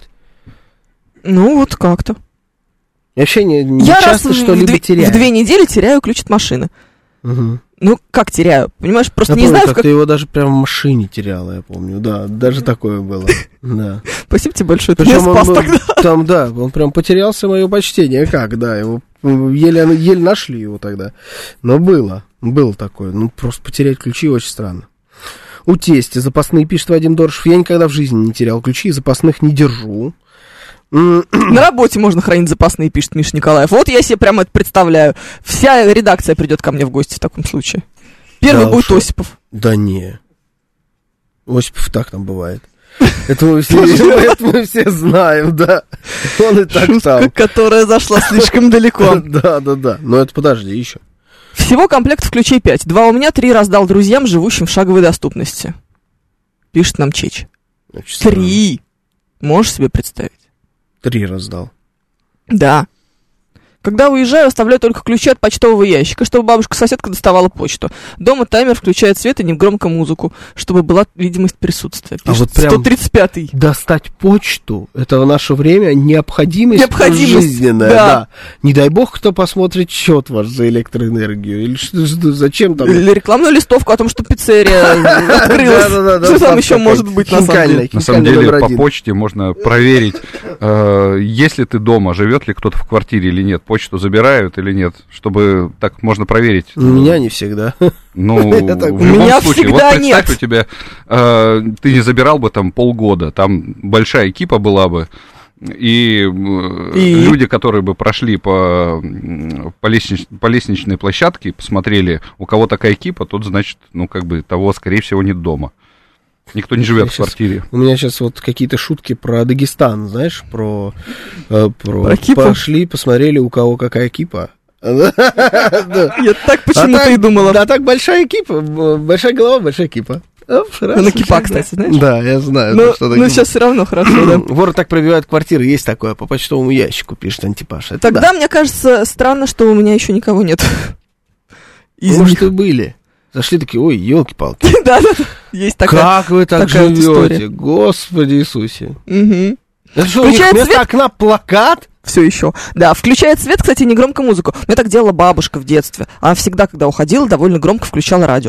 Ну, вот как-то. Я вообще не, не я часто раз что-либо в, теряю. в две недели теряю ключ от машины. Угу. Ну, как теряю? Понимаешь, просто я не помню, знаю, как... как... ты его даже прямо в машине теряла, я помню. Да, даже такое было. Да. Спасибо тебе большое, ты меня спас он, тогда. Там, да, он прям потерялся, мое почтение. Как, да, его еле, еле нашли его тогда. Но было, было такое. Ну, просто потерять ключи очень странно. У тестя запасные, пишет Вадим Доршев. Я никогда в жизни не терял ключи, запасных не держу. На работе можно хранить запасные, пишет Миша Николаев. Вот я себе прямо это представляю. Вся редакция придет ко мне в гости в таком случае. Первый да будет уж... Осипов. Да не. Осипов так там бывает. Это мы все, это мы все знаем, да. Он и так Шутка, там. Которая зашла слишком далеко. Да, да, да. Но это подожди еще. Всего комплектов ключей пять. Два у меня, три раздал друзьям, живущим в шаговой доступности. Пишет нам Чеч. Три. Можешь себе представить? Три раздал. Да. Когда уезжаю, оставляю только ключи от почтового ящика, чтобы бабушка-соседка доставала почту. Дома таймер включает свет и негромко музыку, чтобы была видимость присутствия. А вот прям сто тридцать пятый. Достать почту, это в наше время необходимость, необходимость жизненная. Да. Да. Не дай бог, кто посмотрит счет ваш за электроэнергию. Или что, что, зачем там? Или рекламную листовку о том, что пиццерия открылась. Что там еще может быть на самом деле? На самом деле по почте можно проверить, если ты дома, живет ли кто-то в квартире или нет. Почту забирают или нет, чтобы так можно проверить. У меня не всегда. Ну, в любом случае, вот представь, у тебя, э, ты не забирал бы там полгода, там большая кипа была бы, и, и люди, которые бы прошли по, по, лестнич, по лестничной площадке, посмотрели, у кого такая кипа, тот, значит, ну, как бы, того, скорее всего, нет дома. Никто не живет в квартире. У меня сейчас вот какие-то шутки про Дагестан, знаешь, про... Э, про, про кипу? Пошли, посмотрели, у кого какая кипа. Я так почему-то и думала. Да, так большая кипа, большая голова, большая кипа. На кипа, кстати, знаешь? Да, я знаю. Но сейчас все равно хорошо, да. Воры так пробивают квартиры, есть такое, по почтовому ящику пишет Антипаш. Тогда, мне кажется, странно, что у меня еще никого нет. Может, и были. Зашли такие, ой, елки-палки. Да, да, да. Есть такая. Как вы так живете? Господи Иисусе. Угу. Это что, у них вместо окна плакат? Все еще. Да, включает свет, кстати, не громко музыку. Мне так делала бабушка в детстве. Она всегда, когда уходила, довольно громко включала радио.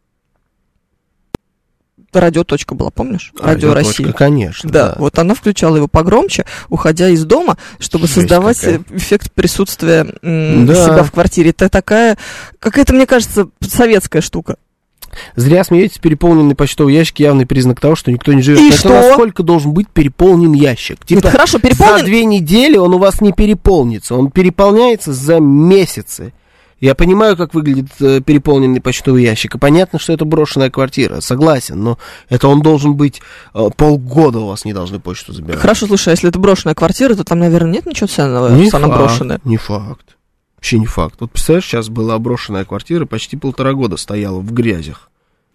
Радиоточка была, помнишь? Радио России. Конечно. Да, да, вот она включала его погромче, уходя из дома, чтобы Жесть создавать какая. эффект присутствия м- да. себя в квартире. Это такая, какая-то, мне кажется, советская штука. Зря смеетесь, переполненный почтовый ящик явный признак того, что никто не живет. И это что? Насколько должен быть переполнен ящик? Типа, это хорошо, переполнен... За две недели он у вас не переполнится, он переполняется за месяцы. Я понимаю, как выглядит э, переполненный почтовый ящик, и понятно, что это брошенная квартира, согласен, но это он должен быть, э, полгода у вас не должны почту забирать. Хорошо, слушай, а если это брошенная квартира, то там, наверное, нет ничего ценного, не если факт, она брошенная. Не факт, вообще не факт. Вот представляешь, сейчас была брошенная квартира, почти полтора года стояла в грязях.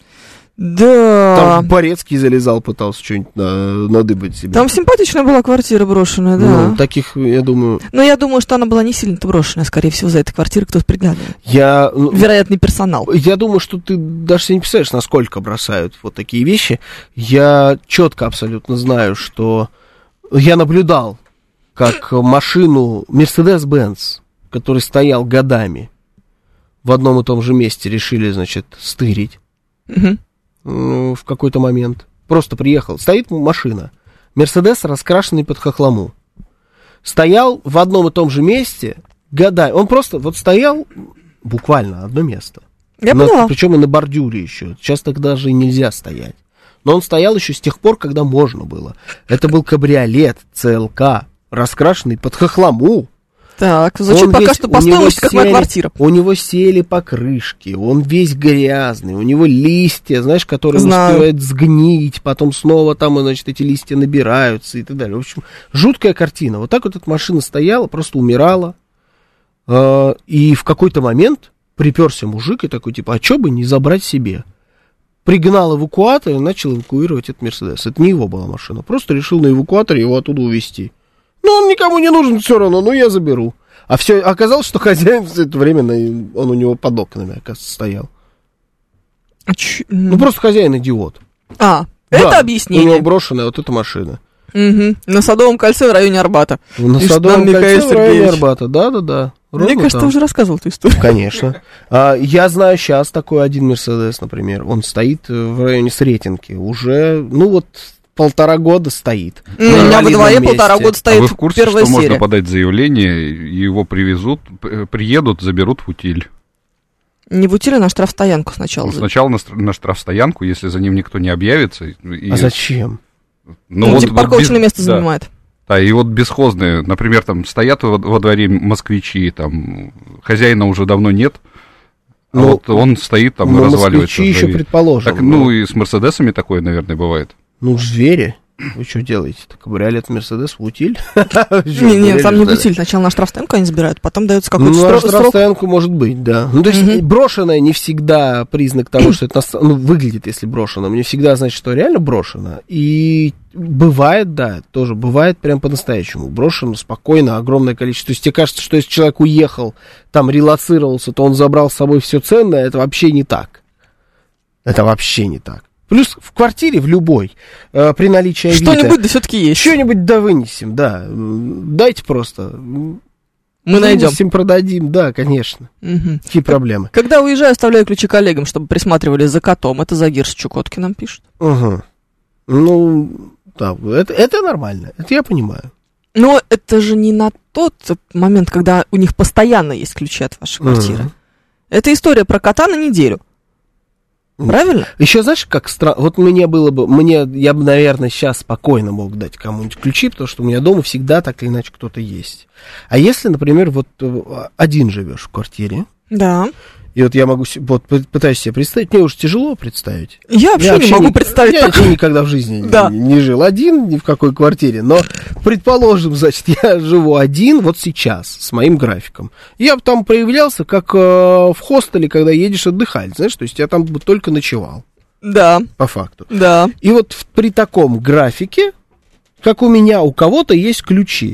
Да. Там Борецкий залезал, пытался что-нибудь на, надыбать себе. Там симпатичная была квартира брошенная, да. Ну, таких, я думаю... Но я думаю, что она была не сильно-то брошенная, скорее всего, за этой квартирой кто-то приглядывает. Я... Вероятный персонал. Я думаю, что ты даже себе не представляешь, насколько бросают вот такие вещи. Я четко абсолютно знаю, что... Я наблюдал, как машину Mercedes-Benz, который стоял годами, в одном и том же месте решили, значит, стырить. Угу. Ну, в какой-то момент. Просто приехал. Стоит машина. Мерседес, раскрашенный под хохлому. Стоял в одном и том же месте годами. Он просто вот стоял буквально одно место. Я поняла. Причем и на бордюре еще. Сейчас так даже и нельзя стоять. Но он стоял еще с тех пор, когда можно было. Это был кабриолет ЦЛК, раскрашенный под хохлому. Так, звучит он пока весь, что по стоимости, как моя квартира. У него сели покрышки, он весь грязный, у него листья, знаешь, которые Знаю. успевают сгнить, потом снова там, значит, эти листья набираются и так далее. В общем, жуткая картина. Вот так вот эта машина стояла, просто умирала. Э, и в какой-то момент приперся мужик и такой, типа, а чё бы не забрать себе? Пригнал эвакуатор и начал эвакуировать этот Мерседес. Это не его была машина, просто решил на эвакуаторе его оттуда увезти. Ну, он никому не нужен все равно, ну, я заберу. А все оказалось, что хозяин все это время, он у него под окнами, оказывается, стоял. А ч... Ну, просто хозяин идиот. А, да, это объяснение. У него брошенная вот эта машина. Угу. На Садовом кольце в районе Арбата. На Пишет Садовом кольце в районе Арбата, да-да-да. Мне кажется, там. Ты уже рассказывал эту историю. Конечно. А, я знаю сейчас такой один Мерседес, например. Он стоит в районе Сретенки. Уже, ну вот... Полтора года стоит. Mm, у меня во дворе полтора года стоит. А вы в курсе, первая что серия? Можно подать заявление, его привезут, приедут, заберут в утиль? Не в утиль, а на штрафстоянку сначала. Ну, сначала на, на штрафстоянку, если за ним никто не объявится. И... А зачем? Ну, ну вот, типа парковочное без... место да. занимает. Да, и вот бесхозные, например, там стоят во, во дворе москвичи, там хозяина уже давно нет. А ну, вот он стоит там и разваливается. Москвичи еще предположим. Так, ну, и с Мерседесами такое, наверное, бывает. Ну, звери. Вы что делаете-то? Кабриолет Мерседес в утиль? Не, не, там не в утиль. Сначала на штрафстоянку они забирают, потом дается какой-то срок. Ну, срок. на штрафстоянку может быть, да. Ну, то есть брошенное не всегда признак того, что это выглядит, если брошено. Не всегда значит, что реально брошено. И бывает, да, тоже бывает прям по-настоящему. Брошено спокойно, огромное количество. То есть тебе кажется, что если человек уехал, там релоцировался, то он забрал с собой все ценное. Это вообще не так. Это вообще не так. Плюс в квартире, в любой, э, при наличии Авито... Что-нибудь да все-таки есть. Что-нибудь да вынесем, да. Дайте просто. Мы найдем. Вынесем, продадим, да, конечно. Угу. Какие проблемы? Когда уезжаю, оставляю ключи коллегам, чтобы присматривали за котом. Это Загир с Чукотки нам пишет. Угу. Ну, да, это, это нормально, это я понимаю. Но это же не на тот момент, когда у них постоянно есть ключи от вашей квартиры. Угу. Это история про кота на неделю. Правильно? Еще знаешь, как странно, вот мне было бы, мне, я бы, наверное, сейчас спокойно мог дать кому-нибудь ключи, потому что у меня дома всегда так или иначе кто-то есть. А если, например, вот один живешь в квартире, да. И вот я могу, вот пытаюсь себе представить, мне уже тяжело представить. Я вообще, я вообще не могу не, представить. Я вообще никогда в жизни да. не, не жил один, ни в какой квартире, но, предположим, значит, я живу один вот сейчас с моим графиком. Я бы там проявлялся, как э, в хостеле, когда едешь отдыхать, знаешь, то есть я там бы только ночевал. Да. По факту. Да. И вот в, при таком графике, как у меня, у кого-то есть ключи.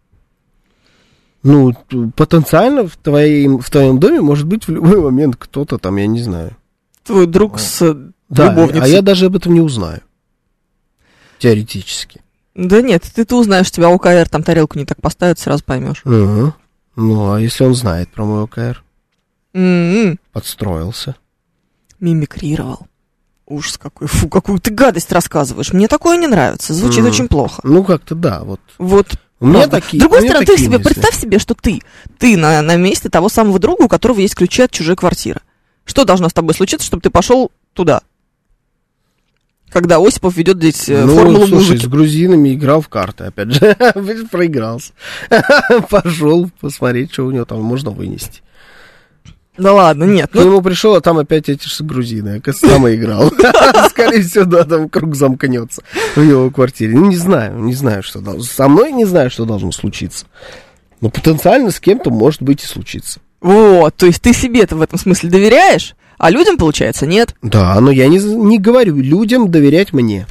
Ну, потенциально в твоем, в твоем доме может быть в любой момент кто-то там, я не знаю. Твой друг с да, любовницей. А я даже об этом не узнаю. Теоретически. Да нет, ты, ты узнаешь, тебя ОКР там тарелку не так поставят, сразу поймешь. Угу. Ну, а если он знает про мой ОКР? Mm-hmm. Подстроился. Мимикрировал. Ужас какой. Фу, какую ты гадость рассказываешь. Мне такое не нравится. Звучит mm. очень плохо. Ну, как-то да, вот. Вот. У меня такие, С другой стороны, ты себе, мысли. представь себе, что ты, ты на, на месте того самого друга, у которого есть ключи от чужой квартиры. Что должно с тобой случиться, чтобы ты пошел туда? Когда Осипов ведет здесь ну, формулу слушай, музыки. с грузинами играл в карты, опять же, проигрался. Пошел посмотреть, что у него там можно вынести. Да ладно, нет. К нему пришел, а там опять эти же грузины. Я сам играл. Скорее всего, да, там круг замкнется в его квартире. Ну, не знаю, не знаю, что должно. Со мной не знаю, что должно случиться. Но потенциально с кем-то может быть и случиться. Вот, то есть ты себе-то в этом смысле доверяешь, а людям, получается, нет. Да, но я не, не говорю людям доверять мне.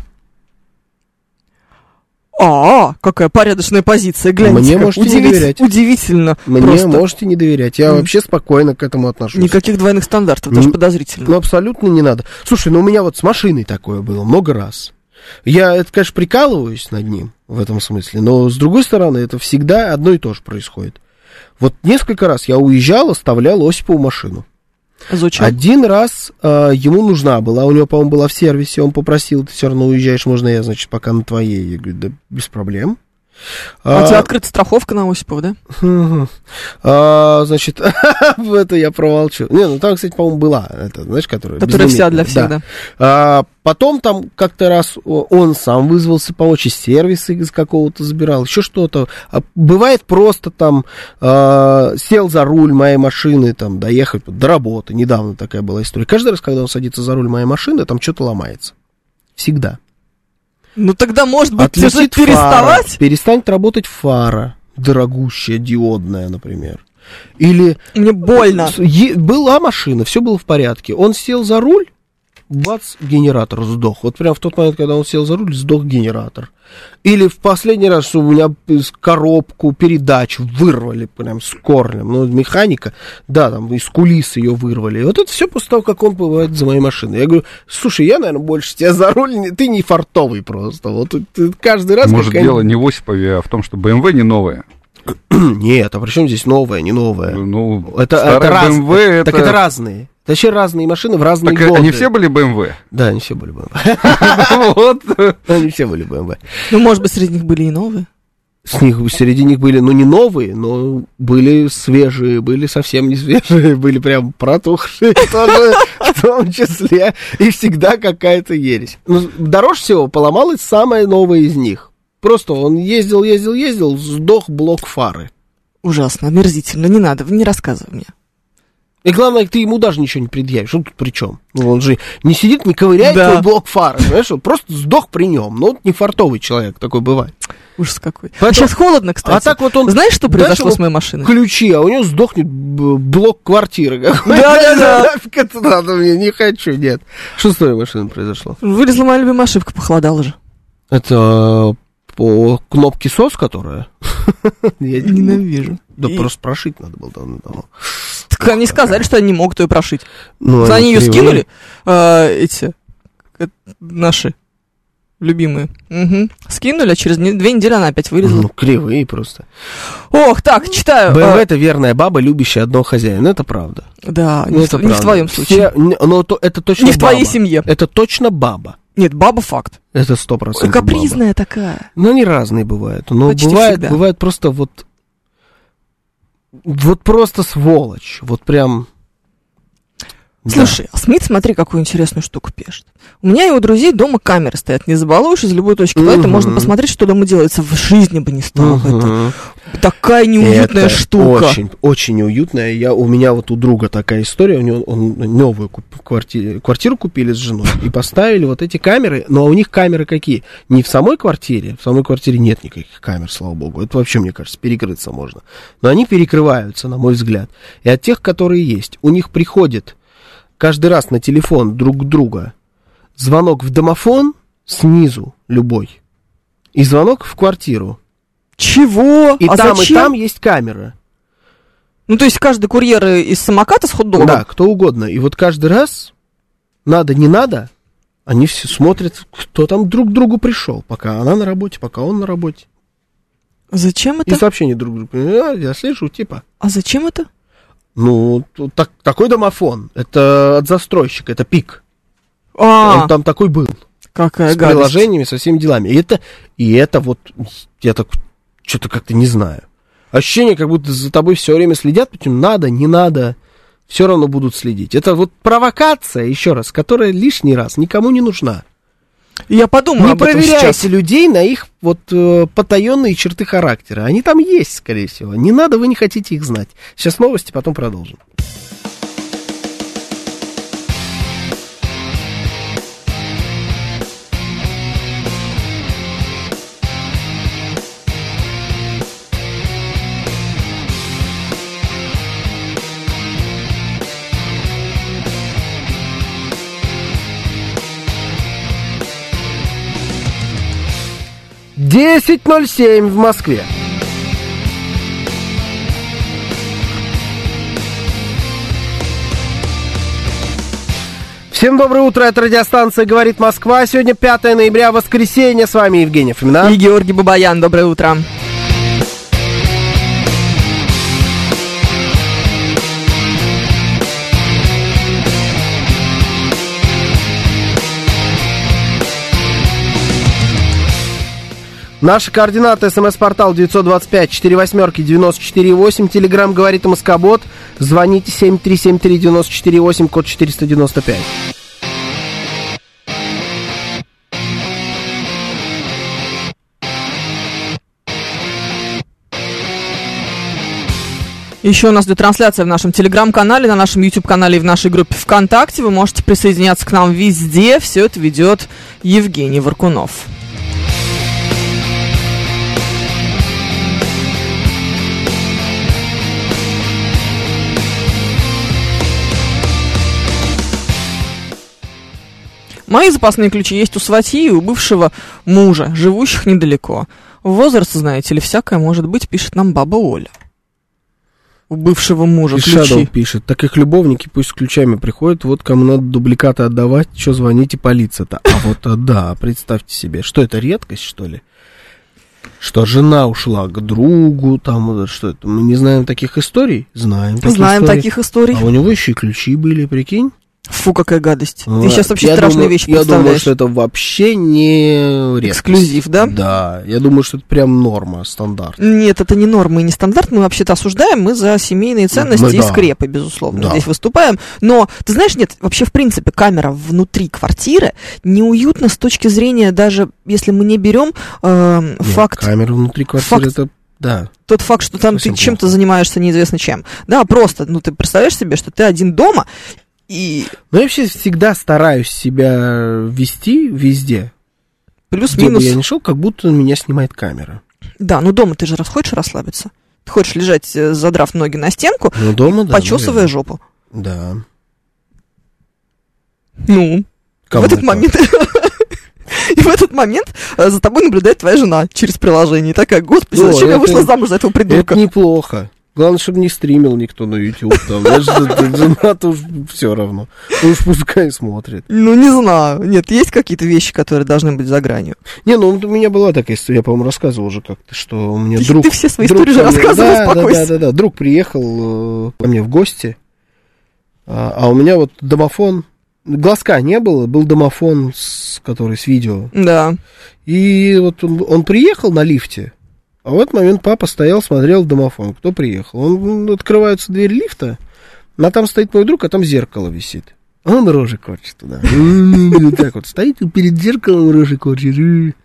А, какая порядочная позиция, гляньте. Мне можете Удивить, не доверять. Удивительно. Мне просто. Можете не доверять. Я mm. вообще спокойно к этому отношусь. Никаких двойных стандартов, даже mm. подозрительно. Ну, абсолютно не надо. Слушай, ну у меня вот с машиной такое было много раз. Я, это, конечно, прикалываюсь над ним в этом смысле, но, с другой стороны, это всегда одно и то же происходит. Вот несколько раз я уезжал, оставлял Осипову машину. Зачем? Один раз э, ему нужна была, у него, по-моему, была в сервисе, он попросил, ты все равно уезжаешь, можно я, значит, пока на твоей? Я говорю, да без проблем. А, а у тебя открыта страховка на Осипова, да? А, значит, это я промолчу. Не, ну там, кстати, по-моему, была, это, знаешь, которая... Которая вся для всех, да. да. А, потом там как-то раз он сам вызвался помочь, из сервиса из какого-то забирал, еще что-то. А бывает просто там а, сел за руль моей машины, там, доехать до работы. Недавно такая была история. Каждый раз, когда он садится за руль моей машины, там что-то ломается. Всегда. Ну тогда, может быть, тебе переставать? Фара, перестанет работать фара, дорогущая, диодная, например. Или... Мне больно. Е- была машина, все было в порядке. Он сел за руль, бац, генератор сдох. Вот прям в тот момент, когда он сел за руль, сдох генератор. Или в последний раз, что у меня коробку передач вырвали прям с корнем. Ну, механика, да, там из кулис ее вырвали. И вот это все после того, как он бывает за моей машиной. Я говорю, слушай, я, наверное, больше тебя за руль, ты не фартовый просто. Вот ты каждый раз... Может, дело не в Осипове, а в том, что бэ эм вэ не новая? Нет, а при чем здесь новая, не новая? Ну, это, это раз... бэ эм вэ это... Так это разные. Это вообще разные машины в разные так годы. Они все были бэ эм вэ? Да, они все были бэ эм вэ. Вот. Они все были бэ эм вэ. Ну, может быть, среди них были и новые? С них, среди них были, ну, не новые, но были свежие, были совсем не свежие, были прям протухшие тоже, в том числе, и всегда какая-то ересь. Ну, дороже всего поломалась самая новая из них. Просто он ездил, ездил, ездил, сдох блок фары. Ужасно, омерзительно, не надо, не рассказывай мне. И главное, ты ему даже ничего не предъявишь. Он тут при чем? Он же не сидит, не ковыряет да. твой блок фары. Знаешь, он просто сдох при нем. Ну, не фартовый человек, такой бывает. Ужас какой. Поэтому... Сейчас холодно, кстати. А так вот он... Знаешь, что произошло с моей машиной? Ключи, а у него сдохнет блок квартиры. Да-да-да. Нафиг это надо мне, не хочу, нет. Что с твоей машиной произошло? Вылезла моя любимая ошибка, похолодала же. Это по кнопке СОС, которая? Я ненавижу. Да просто прошить надо было давно-давно. Так они сказали, что они не могут ее прошить. Ну, они, они ее скинули, а, эти наши любимые. Угу. Скинули, а через две недели она опять вылезла. Ну, кривые просто. Ох, так, читаю. БМВ это верная баба, любящая одного хазяина. Это правда. Да, ну, не, это в, не в твоем случае. Все, но то, это точно не баба. В твоей семье. Это точно баба. Нет, баба факт. Это сто процентов капризная баба. Такая. Ну, они разные бывают. Но почти бывает, всегда. Бывает просто вот... Вот просто сволочь. Вот прям... Слушай, да. Смит, смотри, какую интересную штуку пишет. У меня и у друзей дома камеры стоят. Не забалуешь из любой точки. Поэтому uh-huh. можно посмотреть, что дома делается. В жизни бы не стало uh-huh. это. Такая неуютная это штука. Очень, очень неуютная. Я, у меня вот у друга такая история. У него он новую квартиру, квартиру купили с женой и поставили вот эти камеры. Но у них камеры какие? Не в самой квартире. В самой квартире нет никаких камер, слава богу. Это вообще, мне кажется, перекрыться можно. Но они перекрываются, на мой взгляд. И от тех, которые есть, у них приходит... Каждый раз на телефон друг друга звонок в домофон снизу любой и звонок в квартиру. Чего? И а там, зачем? И там есть камера. Ну, то есть каждый курьер из самоката с хот-догом? Да, кто угодно. И вот каждый раз, надо, не надо, они все смотрят, кто там друг к другу пришел, пока она на работе, пока он на работе. Зачем это? И сообщения друг другу. А, я слышу, типа. А зачем это? Ну, так, такой домофон. Это от застройщика, это пик. А, он там такой был. Какая с гадость. Приложениями, со всеми делами. И это, и это вот, я так что-то как-то не знаю. Ощущение, как будто за тобой все время следят, почему надо, не надо, все равно будут следить. Это вот провокация, еще раз, которая лишний раз никому не нужна. Я подумаю не об этом проверяйте сейчас. людей на их вот э, потаенные черты характера. Они там есть, скорее всего. Не надо, вы не хотите их знать. Сейчас новости, потом продолжим. десять ноль семь в Москве. Всем доброе утро, это радиостанция «Говорит Москва». Сегодня пятое ноября, воскресенье. С вами Евгений Фомина. И Георгий Бабаян. Доброе утро. Наши координаты: смс-портал девятьсот двадцать пять четыре восьмерки девяносто четыре восемь, телеграмм «Говорит Москобот», звоните семь три семь три девяносто четыре восемь, код четыреста девяносто пять. Еще у нас идет трансляция в нашем телеграм-канале, на нашем YouTube-канале и в нашей группе ВКонтакте. Вы можете присоединяться к нам везде. Все это ведет Евгений Варкунов. Мои запасные ключи есть у сватьи и у бывшего мужа, живущих недалеко. Возраст, знаете ли, всякое может быть, пишет нам баба Оля. У бывшего мужа и ключи. Shadow пишет: так их любовники пусть с ключами приходят, вот кому надо дубликаты отдавать, что звоните, полиция-то. А вот, да, представьте себе, что это, редкость, что ли? Что жена ушла к другу, там, что это, мы не знаем таких историй? Знаем таких Знаем историй. таких историй. А у него еще и ключи были, прикинь? Фу, какая гадость. Ну, ты сейчас вообще я страшные думаю, вещи я представляешь. Я думаю, что это вообще не редкость. Эксклюзив, да? Да, я думаю, что это прям норма, стандарт. Нет, это не норма и не стандарт. Мы вообще-то осуждаем, мы за семейные ценности мы, и да. скрепы, безусловно, да. здесь выступаем. Но, ты знаешь, нет, вообще, в принципе, камера внутри квартиры неуютна с точки зрения, даже если мы не берем э, нет, факт... камера внутри квартиры, факт... это... Да. Тот факт, что там Совсем ты чем-то плохо. занимаешься неизвестно чем. Да, просто, ну, ты представляешь себе, что ты один дома, и... Ну, я вообще всегда стараюсь себя вести везде. Плюс-минус. Я не шел, как будто меня снимает камера. Да, ну дома ты же раз хочешь расслабиться. Ты хочешь лежать, задрав ноги на стенку, ну, дома, да, почесывая наверное. жопу. Да. Ну, Кому в этот это? момент... И в этот момент за тобой наблюдает твоя жена через приложение. И такая, господи, ну, зачем я вышла это, замуж за этого придурка? Это неплохо. Главное, чтобы не стримил никто на YouTube. Там, жена-то уж все равно. Уж пускай смотрит. Ну, не знаю. Нет, есть какие-то вещи, которые должны быть за гранью? Не, ну, у меня была такая история, я, по-моему, рассказывал уже как-то, что у меня ты, друг... Ты все свои истории же рассказывал, да, успокойся. Да, да, да, да. Друг приехал ко мне в гости, а, а у меня вот домофон... Глазка не было, был домофон, с, который с видео. Да. И вот он, он приехал на лифте, а в этот момент папа стоял, смотрел в домофон. Кто приехал? Он, открывается дверь лифта, а там стоит мой друг, а там зеркало висит. А он рожи корчит туда. Вот так вот стоит и перед зеркалом рожи корчит.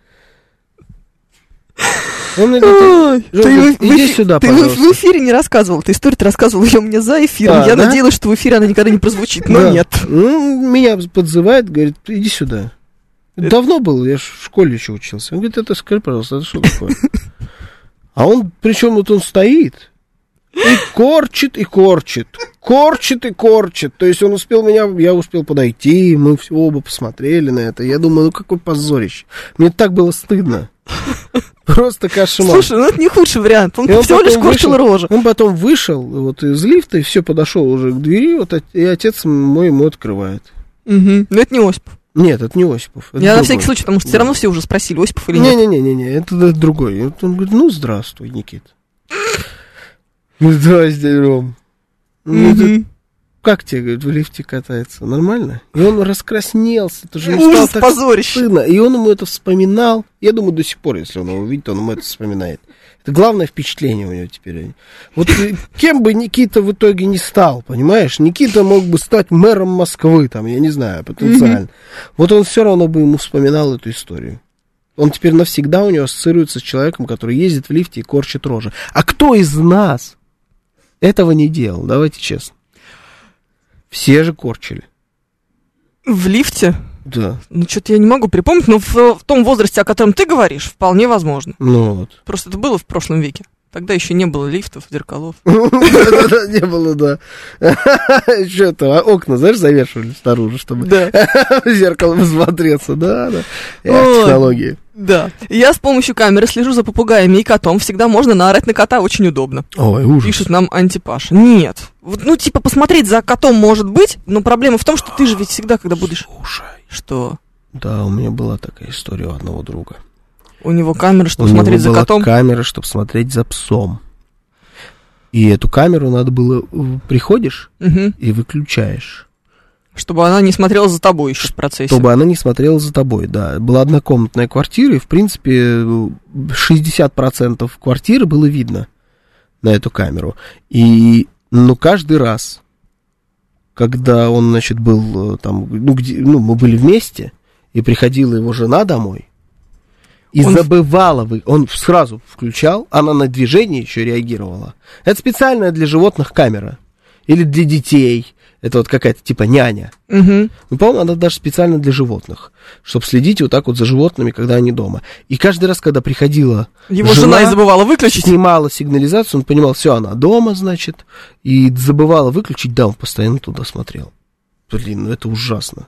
Он мне говорит, ты говорит, иди в, сюда, ты пожалуйста. в эфире не рассказывал. Ты историю рассказывал ее мне за эфиром. А, Я да? надеялась, что в эфире она никогда не прозвучит, но да. нет. Ну, меня подзывает, говорит, иди сюда. Это... Давно был, я в школе еще учился. Он говорит, это скажи, пожалуйста, это что такое? А он, причем вот он стоит и корчит, и корчит. Корчит и корчит. То есть он успел меня, я успел подойти, мы все оба посмотрели на это. Я думаю, ну какой позорище. Мне так было стыдно. Просто кошмар. Слушай, ну это не худший вариант. Он, он всего лишь корчил рожу. Он потом вышел вот из лифта и все, подошел уже к двери, вот, и отец мой ему открывает. Угу. Но это не Осипов. Нет, это не Осипов. Это Я другой. На всякий случай, потому что да. все равно все уже спросили, Осипов или нет. Не-не-не, это, это другой. Он говорит, ну здравствуй, Никит. Здрасте, Ром. Ну, как тебе, говорит, в лифте катается? Нормально? И он раскраснелся. Это же ему стало так стыдно. И он ему это вспоминал. Я думаю, до сих пор, если он его увидит, он ему это вспоминает. Это главное впечатление у него теперь. Вот кем бы Никита в итоге не стал, понимаешь? Никита мог бы стать мэром Москвы, там, я не знаю, потенциально. Mm-hmm. Вот он все равно бы ему вспоминал эту историю. Он теперь навсегда у него ассоциируется с человеком, который ездит в лифте и корчит рожи. А кто из нас этого не делал? Давайте честно. Все же корчили. В лифте? Да. Ну, что-то я не могу припомнить, но в, в том возрасте, о котором ты говоришь, вполне возможно. Ну вот. Просто это было в прошлом веке. Тогда еще не было лифтов, зеркалов. Не было, да. Что-то, окна, знаешь, завешивали снаружи, чтобы в зеркало посмотреться. Да, да. Технологии. Да. Я с помощью камеры слежу за попугаями и котом. Всегда можно наорать на кота, очень удобно. Ой, ужас. Пишет нам Антипаша. Нет. Вот, ну, типа, посмотреть за котом может быть, но проблема в том, что ты же ведь всегда, когда будешь... Слушай. Что? Да, у меня была такая история у одного друга. У него камера, чтобы у смотреть за котом? У него была камера, чтобы смотреть за псом. И эту камеру надо было... Приходишь угу. и выключаешь. Чтобы она не смотрела за тобой еще в процессе. Чтобы она не смотрела за тобой, да. Была однокомнатная квартира, и, в принципе, шестьдесят процентов квартиры было видно на эту камеру. И, ну, каждый раз, когда он, значит, был там, ну, где, ну мы были вместе, и приходила его жена домой, и он... забывала, он сразу включал, она на движение еще реагировала. Это специальная для животных камера. Или для детей. Это вот какая-то типа няня. Угу. Ну, по-моему, она даже специально для животных, чтобы следить вот так вот за животными, когда они дома. И каждый раз, когда приходила его жена, жена и забывала выключить, снимала сигнализацию, он понимал, все, она дома, значит, и забывала выключить, да, он постоянно туда смотрел. Блин, ну это ужасно.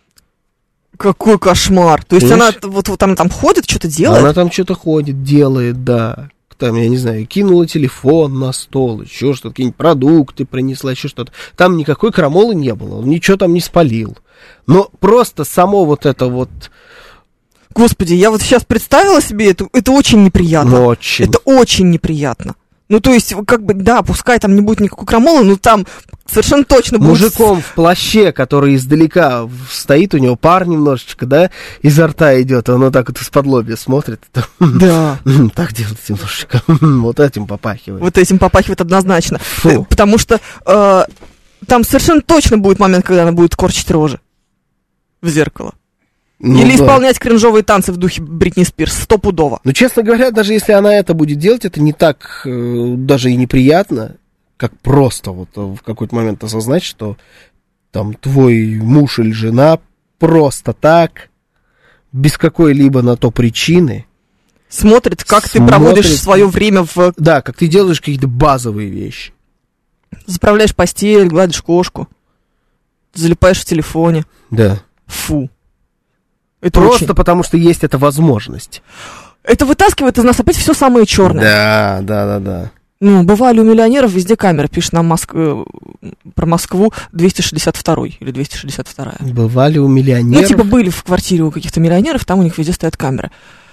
Какой кошмар. То есть Понимаешь? она вот, вот она там ходит, что-то делает? Она там что-то ходит, делает, да. Там, я не знаю, кинула телефон на стол, еще что-то, какие-нибудь продукты принесла, еще что-то. Там никакой крамолы не было, он ничего там не спалил. Но просто само вот это вот... Господи, я вот сейчас представила себе это, это очень неприятно. Очень. Это очень неприятно. Ну, то есть, как бы, да, пускай там не будет никакой крамолы, но там совершенно точно будет... Мужиком в плаще, который издалека стоит, у него пар немножечко, да, изо рта идет, он вот так вот из-под лобья смотрит. Да. Так делает немножечко. Вот этим попахивает. Вот этим попахивает однозначно. Фу. Потому что э, там совершенно точно будет момент, когда она будет корчить рожи в зеркало. Ну, Или да. исполнять кринжовые танцы в духе Бритни Спирс, стопудово. Но, честно говоря, даже если она это будет делать, это не так э, даже и неприятно, как просто вот в какой-то момент осознать, что там твой муж или жена просто так, без какой-либо на то причины, смотрит, как смотрит, ты проводишь свое время в... Да, как ты делаешь какие-то базовые вещи. Заправляешь постель, гладишь кошку, залипаешь в телефоне. Да. Фу. Это просто очень... потому, что есть эта возможность. Это вытаскивает из нас опять все самое черное. Да, да, да, да. Ну, бывали у миллионеров везде камеры, пишет нам Моск... про Москву двести шестьдесят второй или двести шестьдесят вторая. Бывали у миллионеров? Ну, типа были в квартире у каких-то миллионеров, там у них везде стоят камеры.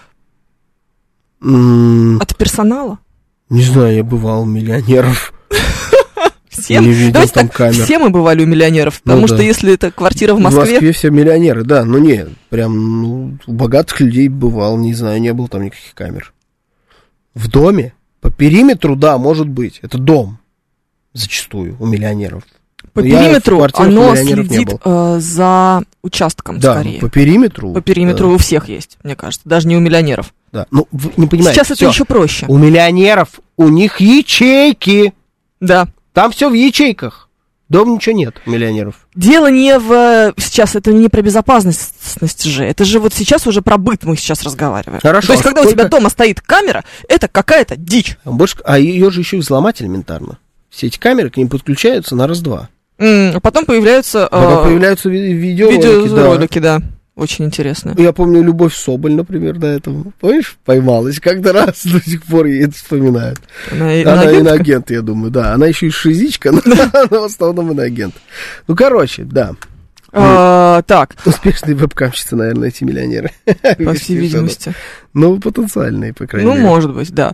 Mm. От персонала? Не знаю, я бывал у миллионеров. Все, давайте так, все мы бывали у миллионеров, потому ну, что да. если это квартира в Москве... В Москве все миллионеры, да, но не, прям ну, у богатых людей бывал, не знаю, не было там никаких камер. В доме, по периметру, да, может быть, это дом, зачастую, у миллионеров. По но периметру оно следит э, за участком, да, скорее. по периметру. По периметру да. у всех есть, мне кажется, даже не у миллионеров. Да, ну, вы не понимаете. Сейчас всё. Это еще проще. У миллионеров, у них ячейки. Да. Там все в ячейках. Дома ничего нет у миллионеров. Дело не в... Сейчас это не про безопасность же. Это же вот сейчас уже про быт мы сейчас разговариваем. Хорошо. То есть, а когда сколько... у тебя дома стоит камера, это какая-то дичь. А, больше... а ее же еще и взломать элементарно. Все эти камеры к ним подключаются на раз-два. Mm, а потом появляются... Потом э... появляются ви- видеоролики. Видеоролики, да. да. Очень интересно. Я помню Любовь Соболь, например, до этого. Помнишь, поймалась как-то раз, до сих пор ей это вспоминают. Она, она иноагент, я думаю, да. Она еще и шизичка, но она в основном иноагент. Ну, короче, да. А, так. Успешные вебкамщицы, наверное, эти миллионеры. По всей видимости. Ну, потенциальные, по крайней мере. Ну, может быть, да.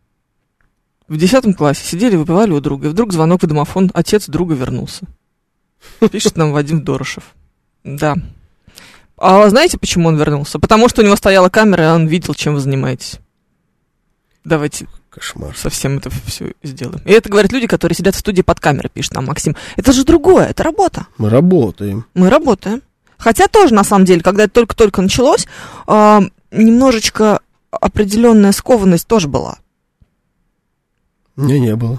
В десятом классе сидели, выпивали у друга, и вдруг звонок в домофон, отец друга вернулся. Пишет нам Вадим Дорошев. Да. А знаете, почему он вернулся? Потому что у него стояла камера, и он видел, чем вы занимаетесь. Давайте Кошмар. совсем это все сделаем. И это говорят люди, которые сидят в студии под камерой, пишет нам Максим. Это же другое, это работа. Мы работаем. Мы работаем. Хотя тоже, на самом деле, когда это только-только началось, э, немножечко определенная скованность тоже была. Не, не было.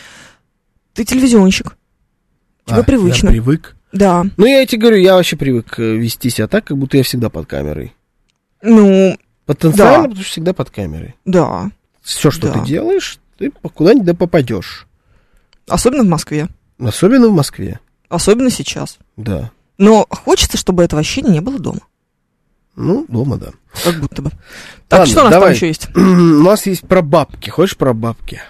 Ты телевизионщик. Тебе а, привычно. Я привык. Да. Ну, я тебе говорю, я вообще привык вести себя так, как будто я всегда под камерой. Ну, потенциально, да. потому что всегда под камерой. Да. Все, что да. ты делаешь, ты куда-нибудь да попадешь. Особенно в Москве. Особенно в Москве. Особенно сейчас. Да. Но хочется, чтобы этого ощущения не было дома. Ну, дома, да. Как будто бы. Так, ладно, что у нас давай. там еще есть? У нас есть про бабки. Хочешь про бабки?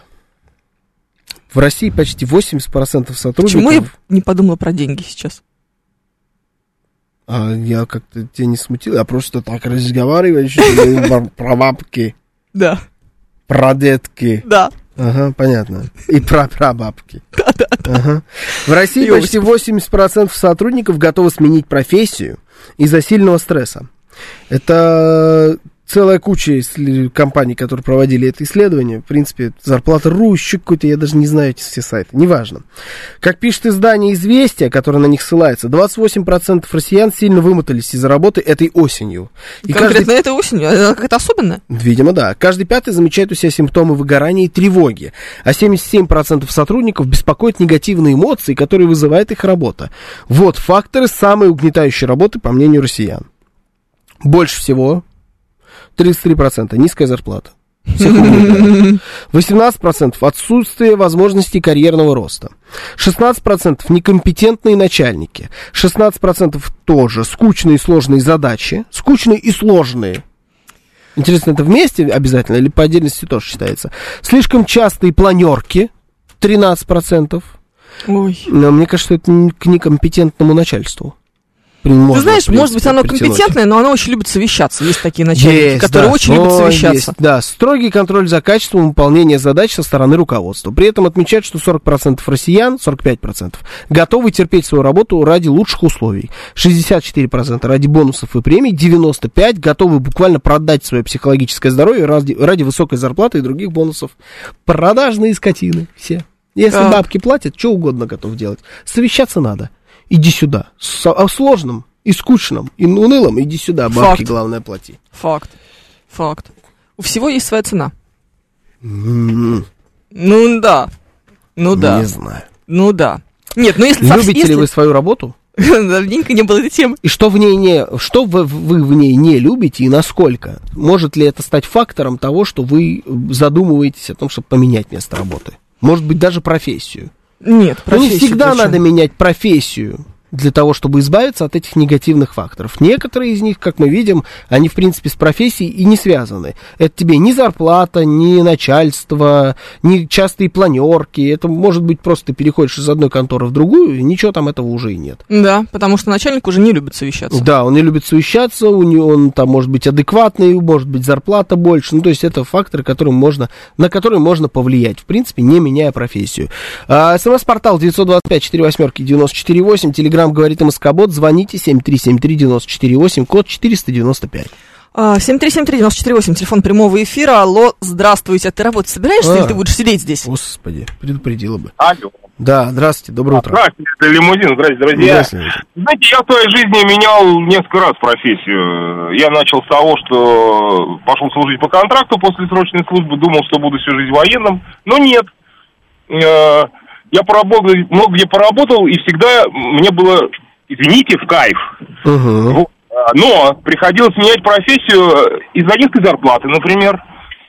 В России почти восемьдесят процентов сотрудников... Почему я не подумала про деньги сейчас? А я как-то тебя не смутил. Я просто так разговариваю про, про бабки. Да. Про детки. Да. Ага, понятно. И про прабабки. Да, да, да. Ага. В России И почти восемьдесят процентов сотрудников готовы сменить профессию из-за сильного стресса. Это... Целая куча компаний, которые проводили это исследование. В принципе, зарплата РУ, еще какой-то, я даже не знаю эти все сайты. Неважно. Как пишет издание «Известия», которое на них ссылается, двадцать восемь процентов россиян сильно вымотались из-за работы этой осенью. И конкретно каждый... этой осенью? Она какая-то особенная? Видимо, да. Каждый пятый замечает у себя симптомы выгорания и тревоги. А семьдесят семь процентов сотрудников беспокоят негативные эмоции, которые вызывает их работа. Вот факторы самой угнетающей работы, по мнению россиян. Больше всего... тридцать три процента низкая зарплата. восемнадцать процентов отсутствие возможностей карьерного роста. шестнадцать процентов некомпетентные начальники. шестнадцать процентов тоже скучные и сложные задачи. Скучные и сложные. Интересно, это вместе обязательно или по отдельности тоже считается? Слишком частые планерки. тринадцать процентов. Ой. Но мне кажется, это к некомпетентному начальству. Можно, ты знаешь, принципе, может быть, оно притянуть. компетентное, но оно очень любит совещаться. Есть такие начальники, есть, которые да. очень любят О, совещаться. Есть, да, строгий контроль за качеством выполнения задач со стороны руководства. При этом отмечают, что сорок процентов россиян, сорок пять процентов, готовы терпеть свою работу ради лучших условий. шестьдесят четыре процента ради бонусов и премий, девяносто пять процентов готовы буквально продать свое психологическое здоровье ради, ради высокой зарплаты и других бонусов. Продажные скотины все. Если а. бабки платят, что угодно готов делать. Совещаться надо. Иди сюда. С, о сложном и скучном, и унылом, иди сюда, бабки, главное, плати. Факт. Факт. У всего есть своя цена. Mm. Ну да. Ну да. Не знаю. Ну да. Нет, ну если... Любите если... ли вы свою работу? Давненько не было этой темы. И что в ней не... Что вы, вы в ней не любите и насколько? Может ли это стать фактором того, что вы задумываетесь о том, чтобы поменять место работы? Может быть, даже профессию? Нет, профессию. Но не всегда зачем? надо менять профессию для того, чтобы избавиться от этих негативных факторов. Некоторые из них, как мы видим, они, в принципе, с профессией и не связаны. Это тебе ни зарплата, ни начальство, ни частые планерки. Это может быть просто ты переходишь из одной конторы в другую, и ничего там этого уже и нет. Да, потому что начальник уже не любит совещаться. Да, он не любит совещаться, у него он там может быть адекватный, может быть зарплата больше. Ну, то есть это факторы, которым можно, на которые можно повлиять, в принципе, не меняя профессию. А, СМС-портал девять два пять четыре восемь девять четыре восемь, телеграм говорит МСК-бот, звоните семь три семь три девять четыре восемь, код четыреста девяносто пять. семь три семь три девять четыре восемь, телефон прямого эфира. Алло, здравствуйте. А ты работать собираешься, а, или ты будешь сидеть здесь? Господи, предупредила бы. Алло. Да, здравствуйте, доброе утро. Здравствуйте, это Лимузин, здравствуйте, друзья. Здравствуйте. Знаете, я в своей жизни менял несколько раз профессию. Я начал с того, что пошел служить по контракту после срочной службы, думал, что буду всю жизнь военным, но нет. Я поработал, много где поработал, и всегда мне было, извините, в кайф. Uh-huh. Вот. Но приходилось менять профессию из-за низкой зарплаты, например.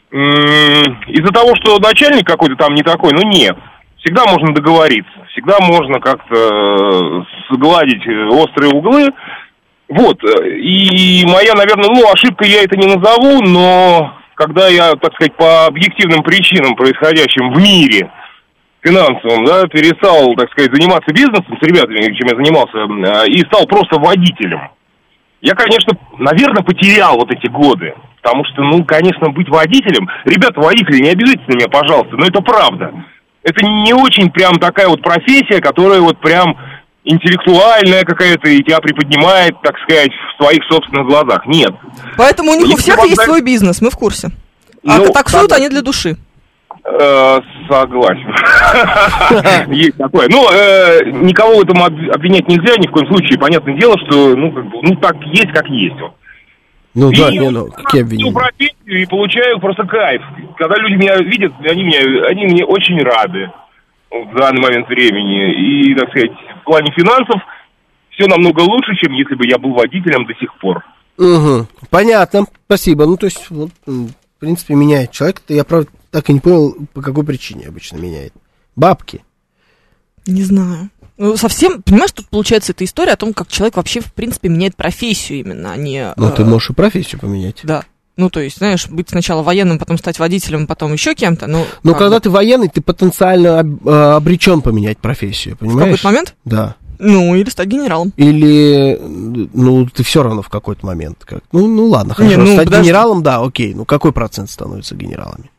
Из-за того, что начальник какой-то там не такой, ну нет. Всегда можно договориться, всегда можно как-то сгладить острые углы. Вот, и моя, наверное, ну, ошибка я это не назову, но когда я, так сказать, по объективным причинам, происходящим в мире финансовым, да, перестал, так сказать, заниматься бизнесом с ребятами, чем я занимался, и стал просто водителем. Я, конечно, наверное, потерял вот эти годы, потому что, ну, конечно, быть водителем... Ребята, водители, не обижайтесь на меня, пожалуйста, но это правда. Это не очень прям такая вот профессия, которая вот прям интеллектуальная какая-то, и тебя приподнимает, так сказать, в своих собственных глазах. Нет. Поэтому у них у всех есть свой бизнес, мы в курсе. А таксуют они для души. Согласен. Есть такое. Ну, никого в этом обвинять нельзя, ни в коем случае. Понятное дело, что, ну, как бы, ну, так есть, как есть. Ну, да, не, ну, какие обвинения? И получаю просто кайф. Когда люди меня видят, они, меня, они мне очень рады в данный момент времени. И, так сказать, в плане финансов все намного лучше, чем если бы я был водителем до сих пор. Угу. Понятно, спасибо. Ну, то есть, вот, в принципе, меняет человек. Я, правда, так и не понял, по какой причине обычно меняет. Бабки? Не знаю. Ну, совсем, понимаешь, тут получается эта история о том, как человек вообще, в принципе, меняет профессию именно, а не... Ну, э... ты можешь и профессию поменять. Да. Ну, то есть, знаешь, быть сначала военным, потом стать водителем, потом еще кем-то, ну... Но когда бы... ты военный, ты потенциально об, обречен поменять профессию, понимаешь? В какой-то момент? Да. Ну, или стать генералом. Или, ну, ты все равно в какой-то момент. Как... Ну, ну, ладно, хорошо, не, ну, стать подожди. Генералом, да, окей. Ну, какой процент становится генералами?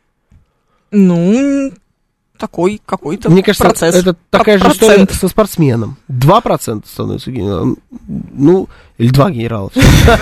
Ну, такой какой-то Мне кажется, процесс. Это такая Процент. же история со спортсменом. два процента становится генералом. Ну, или два генерала.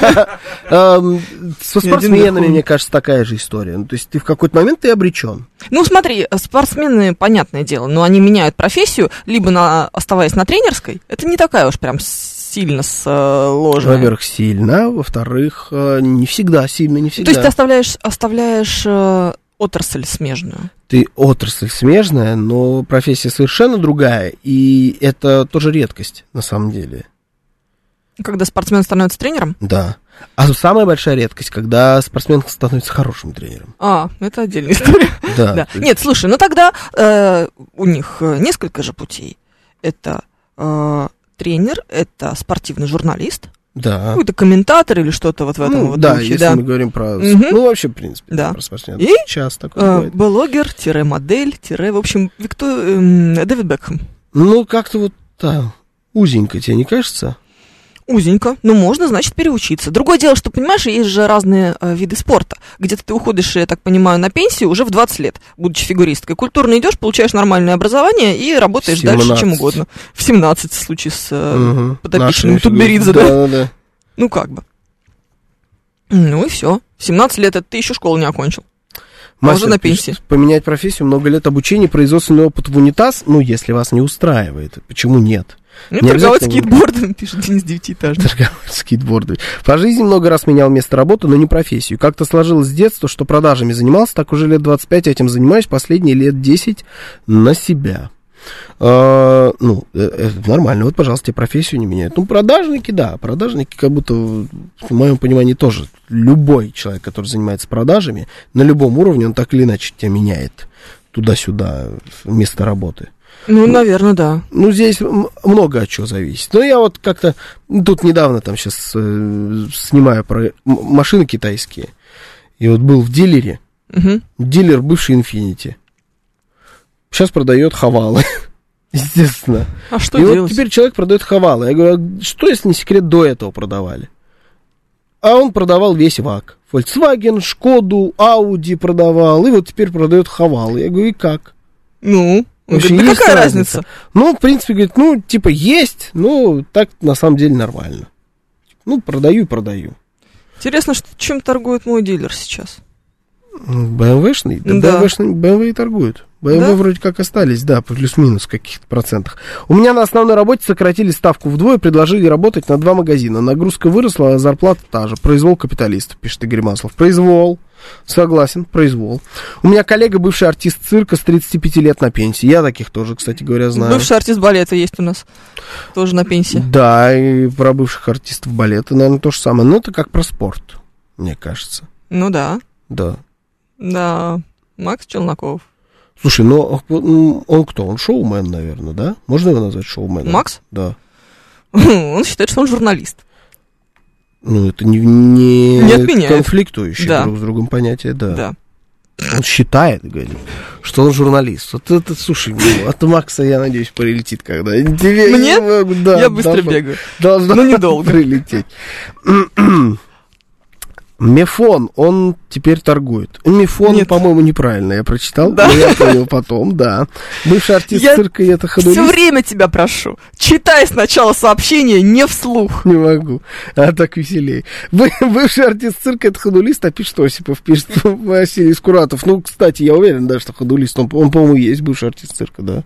Со спортсменами, мне кажется, такая же история. То есть ты в какой-то момент ты обречен. Ну, смотри, спортсмены, понятное дело, но они меняют профессию, либо на, оставаясь на тренерской, это не такая уж прям сильно сложная. Во-первых, сильно, во-вторых, не всегда сильно, не всегда. То есть ты оставляешь, оставляешь отрасль смежную. Ты отрасль смежная, но профессия совершенно другая, и это тоже редкость, на самом деле. Когда спортсмен становится тренером? Да. А самая большая редкость, когда спортсмен становится хорошим тренером. А, это отдельная история. Да. Да. Нет, слушай, ну тогда э, у них несколько же путей. Это э, тренер, это спортивный журналист, да. Какой-то комментатор или что-то вот в этом ну, вот да, духе. Если да, если мы говорим про... Угу. Ну, вообще, в принципе, да. про спортсменов. И сейчас такой э, блогер-модель, в общем, Виктор, э, Дэвид Бекхэм. Ну, как-то вот, да, узенько, тебе не кажется? Узенько. Ну, можно, значит, переучиться. Другое дело, что, понимаешь, есть же разные э, виды спорта. Где-то ты уходишь, я так понимаю, на пенсию уже в двадцать лет, будучи фигуристкой. Культурно идешь, получаешь нормальное образование и работаешь семнадцать дальше, чем угодно. В семнадцать, в случае с э, угу. подопечным Тутберидзе, да? Да, да. Ну, как бы. Ну и все. В семнадцать лет это ты еще школу не окончил. Мастер уже на пенсии. Поменять профессию, много лет обучения, производственный опыт в унитаз, ну, если вас не устраивает. Почему нет? Ну, торговать скейтбордами, пишет Денис Девятиэтажный. Торговать скейтбордами. По жизни много раз менял место работы, но не профессию. Как-то сложилось с детства, что продажами занимался, так уже лет двадцать пять этим занимаюсь, последние лет десять на себя. А, ну, это нормально, вот, пожалуйста, тебе профессию не меняют. Ну, продажники, да, продажники как будто, в моем понимании, тоже любой человек, который занимается продажами, на любом уровне, он так или иначе тебя меняет туда-сюда, место работы. Ну, наверное, да. Ну, здесь много от чего зависит. Но я вот как-то, тут недавно там сейчас э, снимаю про машины китайские, и вот был в дилере, угу. Дилер бывший Infiniti. Сейчас продает Хавалы, естественно. А что и делать? Вот теперь человек продает Хавалы. Я говорю, а что, если не секрет, до этого продавали? А он продавал весь ВАГ. Volkswagen, Шкоду, Audi продавал, и вот теперь продает Хавалы. Я говорю, и как? Ну... Вообще, говорит, да какая разница? разница? Ну, в принципе, говорит, ну, типа, есть, ну, так на самом деле нормально. Ну, продаю и продаю. Интересно, что, чем торгует мой дилер сейчас? бэ эм вэ-шный? Да, да. бэ эм вэ-шный, бэ эм вэ и торгуют. бэ эм вэ да? вроде как остались, да, плюс-минус в каких-то процентах. У меня на основной работе сократили ставку вдвое, предложили работать на два магазина. Нагрузка выросла, а зарплата та же. Произвол капиталистов, пишет Игорь Маслов. Произвол. Согласен, произвол. У меня коллега, бывший артист цирка с тридцати пяти лет на пенсии. Я таких тоже, кстати говоря, знаю. Бывший артист балета есть у нас. Тоже на пенсии. Да, и про бывших артистов балета, наверное, то же самое. Но это как про спорт, мне кажется. Ну да. Да. Да. Макс Челноков. Слушай, ну он кто? Он шоумен, наверное, да? Можно его назвать шоуменом? Макс? Да. Он считает, что он журналист. Ну, это не, не, не конфликтующие да. друг с другом понятия, да. Да. Он считает, говорит, что он журналист. Вот это, слушай, ну, от Макса, я надеюсь, прилетит когда. Тебе? Мне? Да, я быстро должно, бегаю. Должно но недолго. Прилететь. Мефон, он теперь торгует. Мефон, Нет. по-моему, неправильно я прочитал, да. но я понял потом, да. Бывший артист я цирка, и это ходулист. Все время тебя прошу, читай сначала сообщение, не вслух. Не могу, а так веселее. Бывший артист цирка, это ходулист, а пишет Осипов, пишет Василий Скуратов. Ну, кстати, я уверен, да, что ходулист, он, он по-моему, есть бывший артист цирка, да.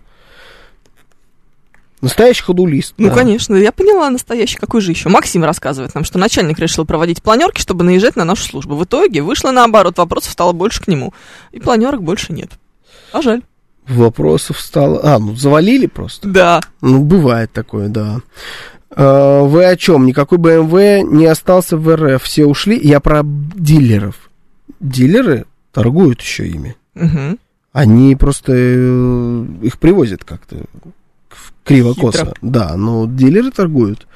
Настоящий ходулист. Ну, да. конечно, я поняла, настоящий. Какой же еще? Максим рассказывает нам, что начальник решил проводить планерки, чтобы наезжать на нашу службу. В итоге вышло наоборот, вопросов стало больше к нему. И планерок больше нет. А жаль. Вопросов стало... А, ну, завалили просто? Да. Ну, бывает такое, да. А, вы о чем? Никакой бэ эм вэ не остался в эр эф. Все ушли. Я про дилеров. Дилеры торгуют еще ими. Угу. Они просто их привозят как-то... Криво-косо. Да, но дилеры торгуют.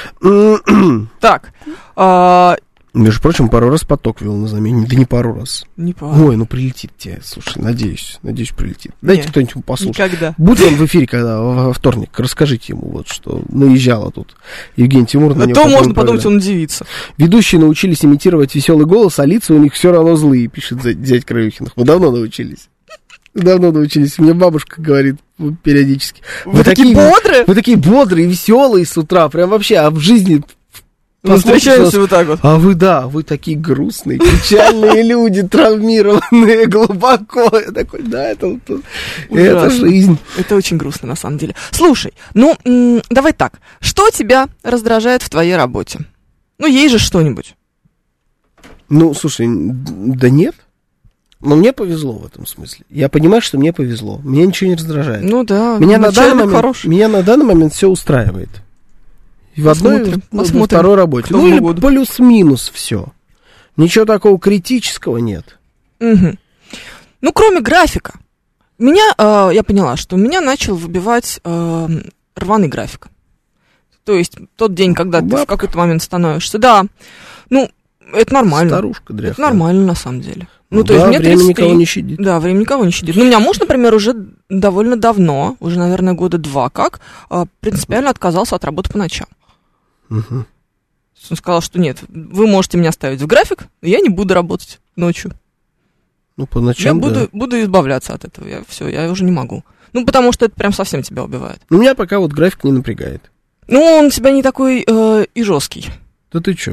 Так. А... Между прочим, пару раз поток вел на замене. Да не пару раз. Не пару. Ой, ну прилетит тебе. Слушай, надеюсь. Надеюсь, прилетит. Дайте кто-нибудь ему послушать. Никогда. Будет он в эфире, когда во вторник. Расскажите ему, вот что наезжала тут Евгений Тимур на него. То можно подумать, он удивится. Ведущие научились имитировать веселый голос, а лица у них все равно злые, пишет зять Краюхиных. Мы давно научились. Давно научились. Мне бабушка говорит периодически. Вы, вы такие бодрые? Вы такие бодрые, веселые с утра. Прям вообще, а в жизни... Мы встречаемся вот так вот. А вы, да, вы такие грустные, печальные люди, травмированные глубоко. Я такой, да, это, это жизнь. Это очень грустно, на самом деле. Слушай, ну, м- давай так. Что тебя раздражает в твоей работе? Ну, есть же что-нибудь. Ну, слушай, да нет. Но мне повезло в этом смысле. Я понимаю, что мне повезло. Меня ничего не раздражает. Ну да, меня на данный момент, хороший. Меня на данный момент все устраивает. И в одной, и во второй работе. Ну или году. Плюс-минус все. Ничего такого критического нет. Угу. Ну, кроме графика. Меня, э, я поняла, что меня начал выбивать э, рваный график. То есть тот день, когда Бабка. ты в какой-то момент становишься. Да, ну, это нормально. Старушка дряхлая. Это нормально, на самом деле. Ну, ну то да, есть мне время тридцать три. Никого не щадит. Да, время никого не щадит. Ну, у меня муж, например, уже довольно давно, уже, наверное, года два, как принципиально отказался от работы по ночам. Угу. Он сказал, что нет, вы можете меня ставить в график, но я не буду работать ночью. Ну, по ночам, Я буду, да. буду избавляться от этого, я, все, я уже не могу. Ну, потому что это прям совсем тебя убивает. Ну, меня пока вот график не напрягает. Ну, он тебя не такой э, и жесткий. Да ты чё?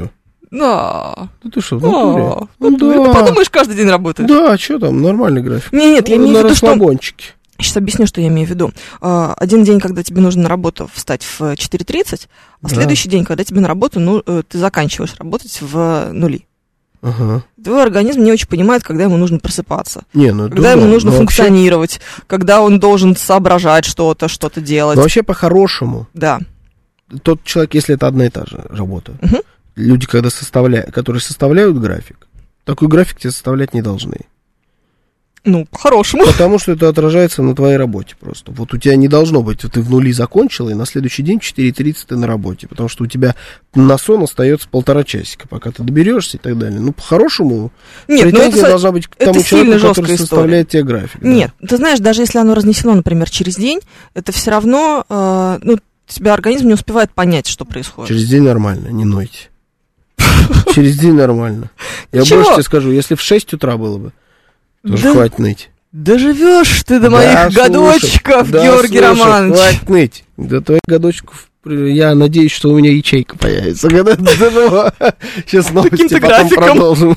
Да. Ну ты что, в натуре? Ну, да. Ты подумаешь, каждый день работаешь. Да, что там, нормальный график. Не, нет, я имею в виду, что... Сейчас объясню, что я имею в виду. Один день, когда тебе нужно на работу встать в четыре тридцать, а да. следующий день, когда тебе на работу, ну, ты заканчиваешь работать в нули. Ага. Твой организм не очень понимает, когда ему нужно просыпаться, не, ну, когда да, ему да. нужно но функционировать, вообще... когда он должен соображать что-то, что-то делать. Но вообще по-хорошему. Да. Тот человек, если это одна и та же работа, угу. люди, когда составляют, которые составляют график, такой график тебе составлять не должны. Ну, по-хорошему. Потому что это отражается на твоей работе просто. Вот у тебя не должно быть, ты в нули закончил, и на следующий день в четыре тридцать ты на работе, потому что у тебя на сон остается полтора часика, пока ты доберешься и так далее. Ну, по-хорошему, нет, претензия это, должна быть к тому человеку, который составляет тебе график. Нет, да. Ты знаешь, даже если оно разнесено, например, через день, это все равно, э, ну, у тебя организм не успевает понять, что происходит. Через день нормально, не нойте. Через день нормально. Я больше тебе скажу, если в шесть утра было бы, тоже да, хватит ныть. Доживешь ты до да, моих слушай, годочков, да, Георгий слушай, Романович. Хватит ныть. До твоих годочков я надеюсь, что у меня ячейка появится. Сейчас новости, потом продолжим.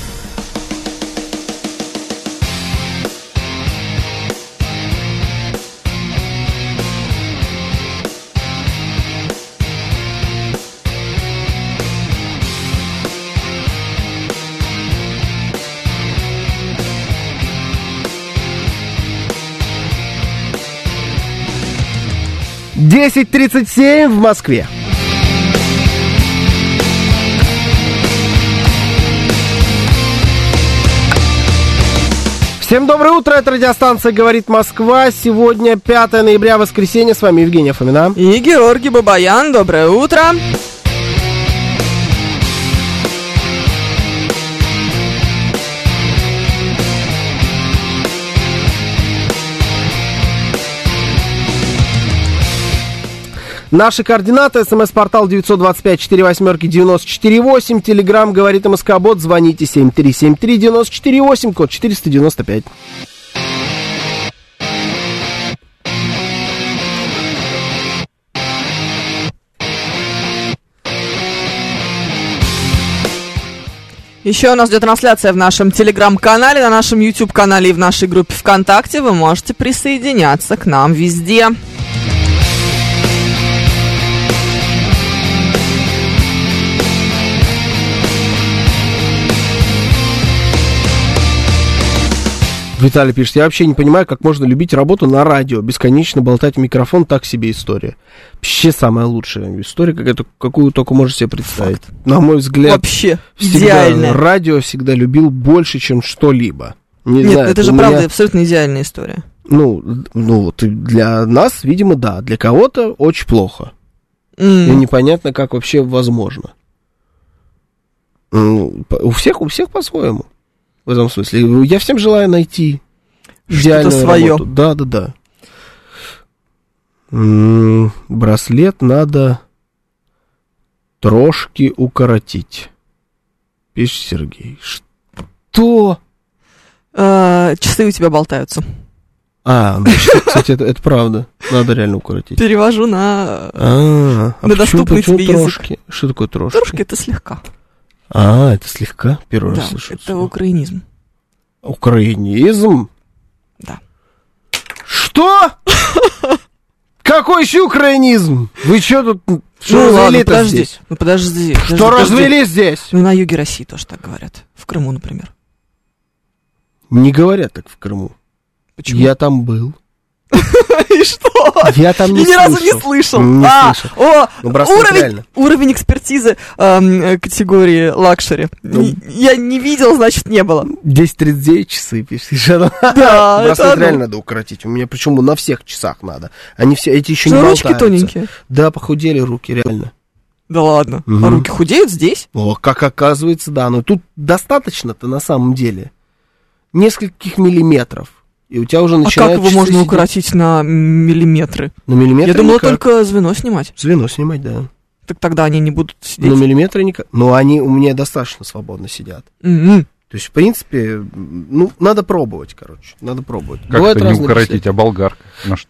десять тридцать семь в Москве. Всем доброе утро, это радиостанция «Говорит Москва». Сегодня пятое ноября, воскресенье. С вами Евгения Фомина. И Георгий Бабаян. Доброе утро. Наши координаты: смс-портал девять два пять четыре восемь девяносто четыре восемь, телеграмм «Говорит МСК-бот», звоните семь три семь три девяносто четыре восемь, код четыреста девяносто пять. Еще у нас идет трансляция в нашем телеграм-канале, на нашем YouTube-канале и в нашей группе ВКонтакте. Вы можете присоединяться к нам везде. Виталий пишет: я вообще не понимаю, как можно любить работу на радио, бесконечно болтать в микрофон, так себе история. Вообще самая лучшая история, какая-то, какую только можешь себе представить. Факт. На мой взгляд, вообще всегда идеально. Радио всегда любил больше, чем что-либо. Не Нет, знаю, это же меня... правда абсолютно идеальная история. Ну, ну вот для нас, видимо, да, для кого-то очень плохо. Mm. И непонятно, как вообще возможно. Ну, у всех, у всех по-своему. В этом смысле. Я всем желаю найти идеальную что-то свое. Работу. Да, да, да. М-м, браслет надо трошки укоротить. Пишет Сергей. Что? А, часы у тебя болтаются. А, ну, кстати, это, это правда. Надо реально укоротить. Перевожу на, а, на а доступный почему, тебе почему язык. Трошки? Что такое трошки? Трошки — это слегка. А, это слегка? Первый да, раз слышу. это украинизм. Украинизм? Да. Что? Какой еще украинизм? Вы что тут? Что ну развели ладно, подожди. здесь? Ну подожди. Что подожди, развели подожди. здесь? Ну на юге России тоже так говорят. В Крыму, например. Не говорят так в Крыму. Почему? Я там был. И что? Я там не ни слышал. разу не слышал. Не а, слышал. О, ну, уровень, уровень экспертизы э, категории лакшери. Ну, я не видел, значит, не было. десять тридцать девять часы, пишешь. Да, браслет реально надо укоротить. У меня причем на всех часах надо. Они все, эти еще не ручки болтаются. Тоненькие. Да, похудели руки, реально. Да ладно. Угу. А руки худеют здесь? О, как оказывается, да. Но тут достаточно-то на самом деле. Нескольких миллиметров. И у тебя уже начинают... А как его можно сидеть... укоротить на миллиметры? На миллиметры Я думала никак. только звено снимать. Звено снимать, да. Так тогда они не будут сидеть? На миллиметры никак. Но они у меня достаточно свободно сидят. Mm-hmm. То есть, в принципе, ну, надо пробовать, короче. Надо пробовать. Как Бывает это не укоротить, браслеты. А болгарка? На что?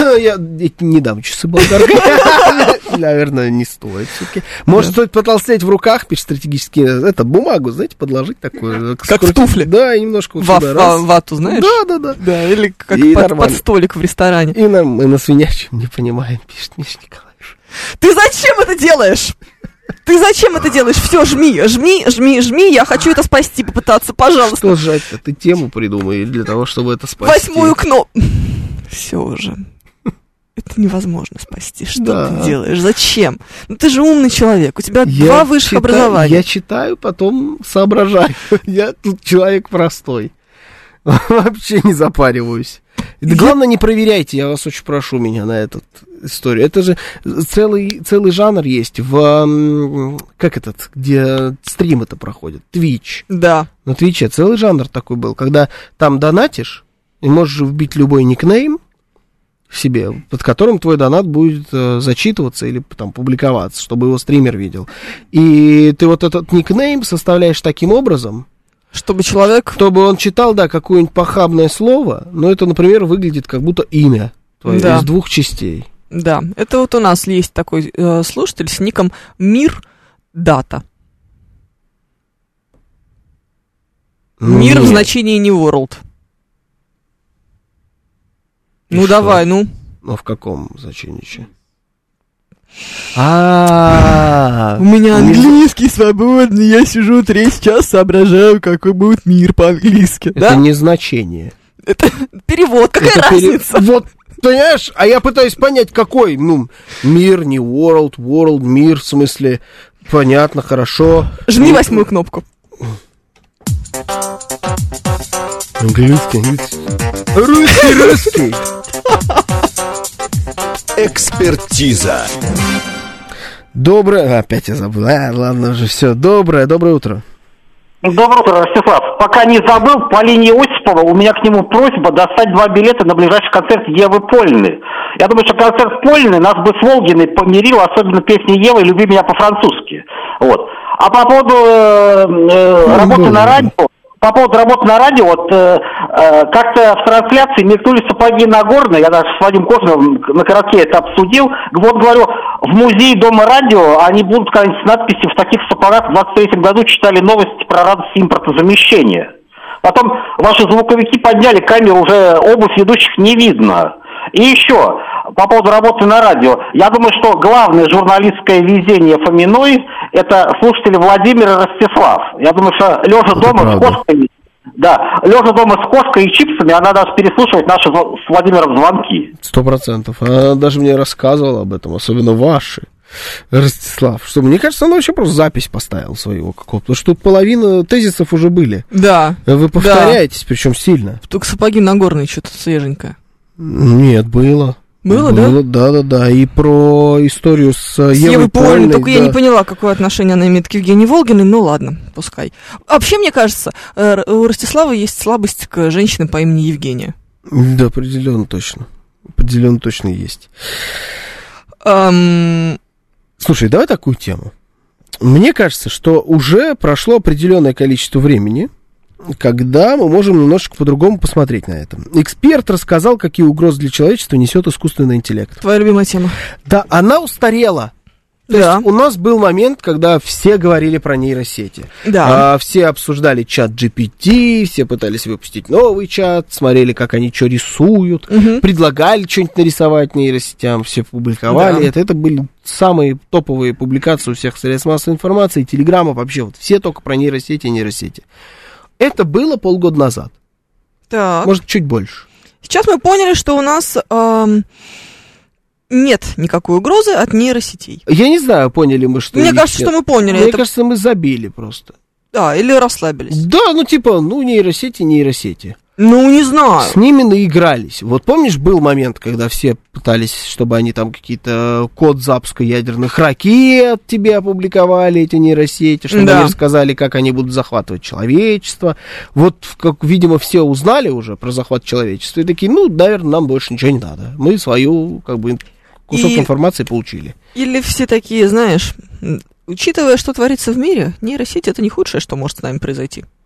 Я не дам часы болгарки. Наверное, не стоит все-таки. Может, стоит потолстеть в руках, пишет стратегически. Это бумагу, знаете, подложить такую. Как в туфли. Да, и немножко вот сюда. Вату, знаешь? Да, да, да. Да, или как под столик в ресторане. И мы на свинячьем не понимаем, пишет Миша Николаевич. Ты зачем это делаешь? Ты зачем это делаешь? Все, жми, жми, жми, жми. Я хочу это спасти, попытаться, пожалуйста. Что сжать-то? Ты тему придумай для того, чтобы это спасти. Восьмую кнопку. Все уже. Это невозможно спасти. Что да. ты делаешь? Зачем? Ну ты же умный человек. У тебя я два высших читаю, образования. Я читаю, потом соображаю. Я тут человек простой. Вообще не запариваюсь. Главное, не проверяйте, я вас очень прошу меня на эту историю. Это же целый, целый жанр есть в... Как этот, где стримы-то проходят? Twitch. Да. На Твиче целый жанр такой был, когда там донатишь, и можешь вбить любой никнейм себе, под которым твой донат будет э, зачитываться или там публиковаться, чтобы его стример видел. И ты вот этот никнейм составляешь таким образом... Чтобы человек... Чтобы он читал, да, какое-нибудь похабное слово, но это, например, выглядит как будто имя твое да. из двух частей. Да, это вот у нас есть такой э, слушатель с ником Мир Дата. Мир Нет. в значении не world. И ну что? Давай, ну. Ну в каком значении еще? А, у меня английский свободный, я сижу третий час, соображаю, какой будет мир по-английски. Это не значение. Это перевод, какая разница? Вот, понимаешь, а я пытаюсь понять, какой, ну, мир, не world, world, мир, в смысле, понятно, хорошо. Жми восьмую кнопку. Английский, английский. Русский, русский. Экспертиза. Доброе... Опять я забыл. А, ладно уже, все. Доброе, доброе утро. Доброе утро, Ростислав. Пока не забыл, по линии Осипова у меня к нему просьба достать два билета на ближайший концерт Евы Польны. Я думаю, что концерт Польны нас бы с Волгиной помирил, особенно песни Евы «Люби меня по-французски». Вот. А по поводу э, э, работы на радио... По поводу работы на радио, вот э, э, как-то в трансляции мелькнули сапоги Нагорной, я даже с Вадимом Кожиным на коротке это обсудил. Вот говорю, в музее Дома радио они будут с надписью «В таких сапогах в двадцать третьем году читали новости про радость импортозамещения». Потом ваши звуковики подняли камеру, уже обувь ведущих не видно. И еще, по поводу работы на радио, я думаю, что главное журналистское везение Фоминой – это слушатели Владимир и Ростислав. Я думаю, что лежа дома с кошкой, да, лежа дома с кошкой и чипсами, она даст переслушивать наши с Владимиром звонки. Сто процентов. Она даже мне рассказывала об этом, особенно ваши. Ростислав, что мне кажется, он вообще просто запись поставил своего какого-то, потому что тут половина тезисов уже были. Да. Вы повторяетесь, да. Причем сильно. Только сапоги Нагорные что-то свеженькое. Нет, было. Было, было, да? Да, да, да. И про историю с, с Евой, Евой Польной. Только да. я не поняла, какое отношение она имеет к Евгении Волгиной, ну ладно, пускай. Вообще, мне кажется, у Ростислава есть слабость к женщине по имени Евгения. Да, определенно точно. Определенно точно есть. Um... Слушай, давай такую тему. Мне кажется, что уже прошло определенное количество времени, когда мы можем немножечко по-другому посмотреть на это. Эксперт рассказал, какие угрозы для человечества несет искусственный интеллект. Твоя любимая тема. Да, она устарела. То да. есть у нас был момент, когда все говорили про нейросети. Да. А, все обсуждали чат джи пи ти, все пытались выпустить новый чат, смотрели, как они что рисуют, угу. предлагали что-нибудь нарисовать нейросетям, все публиковали. Да. Это, это были самые топовые публикации у всех средств массовой информации, телеграммов вообще. Вот все только про нейросети и нейросети. Это было полгода назад. Так. Может, чуть больше. Сейчас мы поняли, что у нас эм, нет никакой угрозы от нейросетей. Я не знаю, поняли мы, что... Мне кажется, нет. что мы поняли. Мне это... кажется, мы забили просто. Да, или расслабились. Да, ну типа, ну нейросети, нейросети. Ну, не знаю. С ними наигрались. Вот помнишь, был момент, когда все пытались, чтобы они там какие-то код запуска ядерных ракет тебе опубликовали, эти нейросети, чтобы да. они рассказали, как они будут захватывать человечество. Вот, как, видимо, все узнали уже про захват человечества и такие, ну, наверное, нам больше ничего не надо. Мы свою, как бы, кусок и... информации получили. Или все такие, знаешь, учитывая, что творится в мире, нейросеть — это не худшее, что может с нами произойти.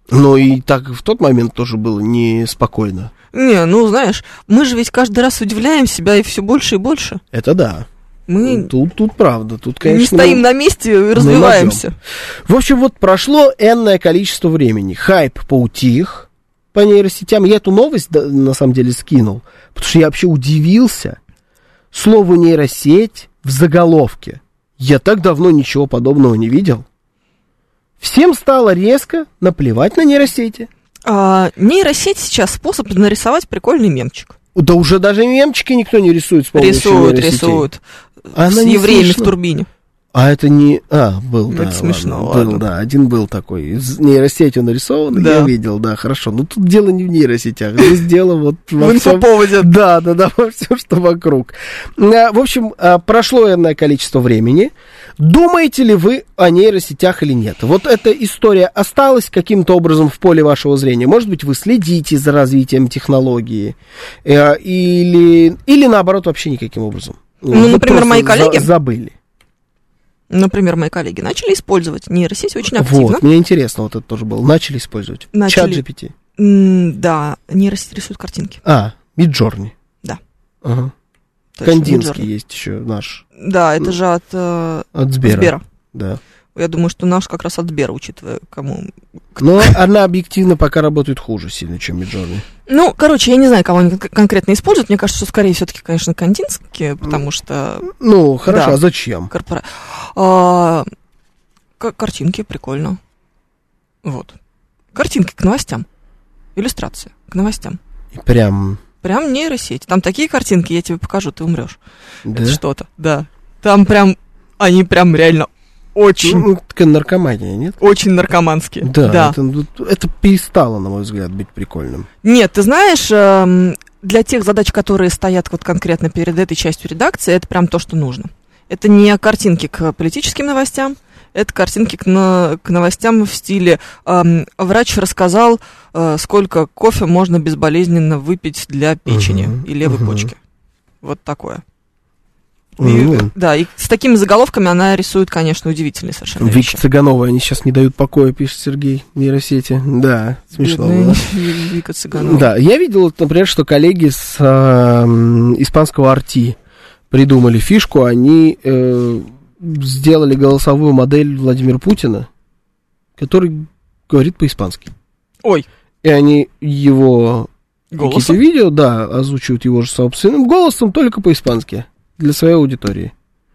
Ну и так в тот момент тоже было неспокойно. Не, ну знаешь, мы же ведь каждый раз удивляем себя и все больше и больше. Это да. Мы тут, тут правда, тут, конечно... Не стоим на месте и развиваемся. В общем, вот прошло энное количество времени. Хайп поутих по нейросетям. Я эту новость, да, на самом деле, скинул, потому что я вообще удивился слову нейросеть в заголовке. Я так давно ничего подобного не видел. Всем стало резко наплевать на нейросети. А, нейросеть сейчас способ нарисовать прикольный мемчик. Да уже даже мемчики никто не рисует с помощью рисуют, нейросетей. Рисуют, рисуют. С евреями в турбине. А это не... А, был, это да. смешно, ладно, ладно. Был, да, один был такой. Из нейросетью нарисован, да. Я видел, да, хорошо. Ну, тут дело не в нейросетях, здесь дело вот во в всем... инфоповоде. Да, да, да, во всем, что вокруг. В общем, прошло энное количество времени. Думаете ли вы о нейросетях или нет? Вот эта история осталась каким-то образом в поле вашего зрения. Может быть, вы следите за развитием технологии, или, или наоборот, вообще никаким образом. Ну, вы например, мои коллеги... За- забыли. Например, мои коллеги начали использовать нейросеть очень активно. Вот, мне интересно, вот это тоже было. Начали использовать. Начали... Чат джи пи ти. М- да, нейросеть рисует картинки. А, Midjourney. Да. Ага. Точно, Кандинский Midjourney. есть еще наш. Да, это же от, э, от Сбера. Сбера. Да. Я думаю, что наш как раз от Сбера, учитывая, кому... Но она объективно пока работает хуже сильно, чем Midjourney. Ну, короче, я не знаю, кого они конкретно используют. Мне кажется, что скорее все-таки, конечно, кандинские, потому что... Ну, хорошо, да, а зачем? Корпора... А, к- картинки, прикольно. Вот. Картинки к новостям. Иллюстрация к новостям. И прям... Прям нейросеть. Там такие картинки, я тебе покажу, ты умрешь. Да? Это что-то, да. Там прям, они прям реально очень... Ну, такая наркомания, нет? Очень наркоманские. Да, да. Это, это перестало, на мой взгляд, быть прикольным. Нет, ты знаешь, для тех задач, которые стоят вот конкретно перед этой частью редакции, это прям то, что нужно. Это не картинки к политическим новостям, это картинки к, на, к новостям в стиле э, «Врач рассказал, э, сколько кофе можно безболезненно выпить для печени uh-huh, и левой uh-huh. почки». Вот такое. Uh-huh. И, да, и с такими заголовками она рисует, конечно, удивительные совершенно Вика вещи. Цыганова, они сейчас не дают покоя, пишет Сергей, нейросети. Да, смешно было. Вика Цыганова. Да, я видел, например, что коллеги с э, испанского ар ти придумали фишку, они... Э, сделали голосовую модель Владимира Путина, который говорит по-испански. Ой. И они его голосом? Какие-то видео, да, озвучивают его же собственным голосом, только по-испански, для своей аудитории.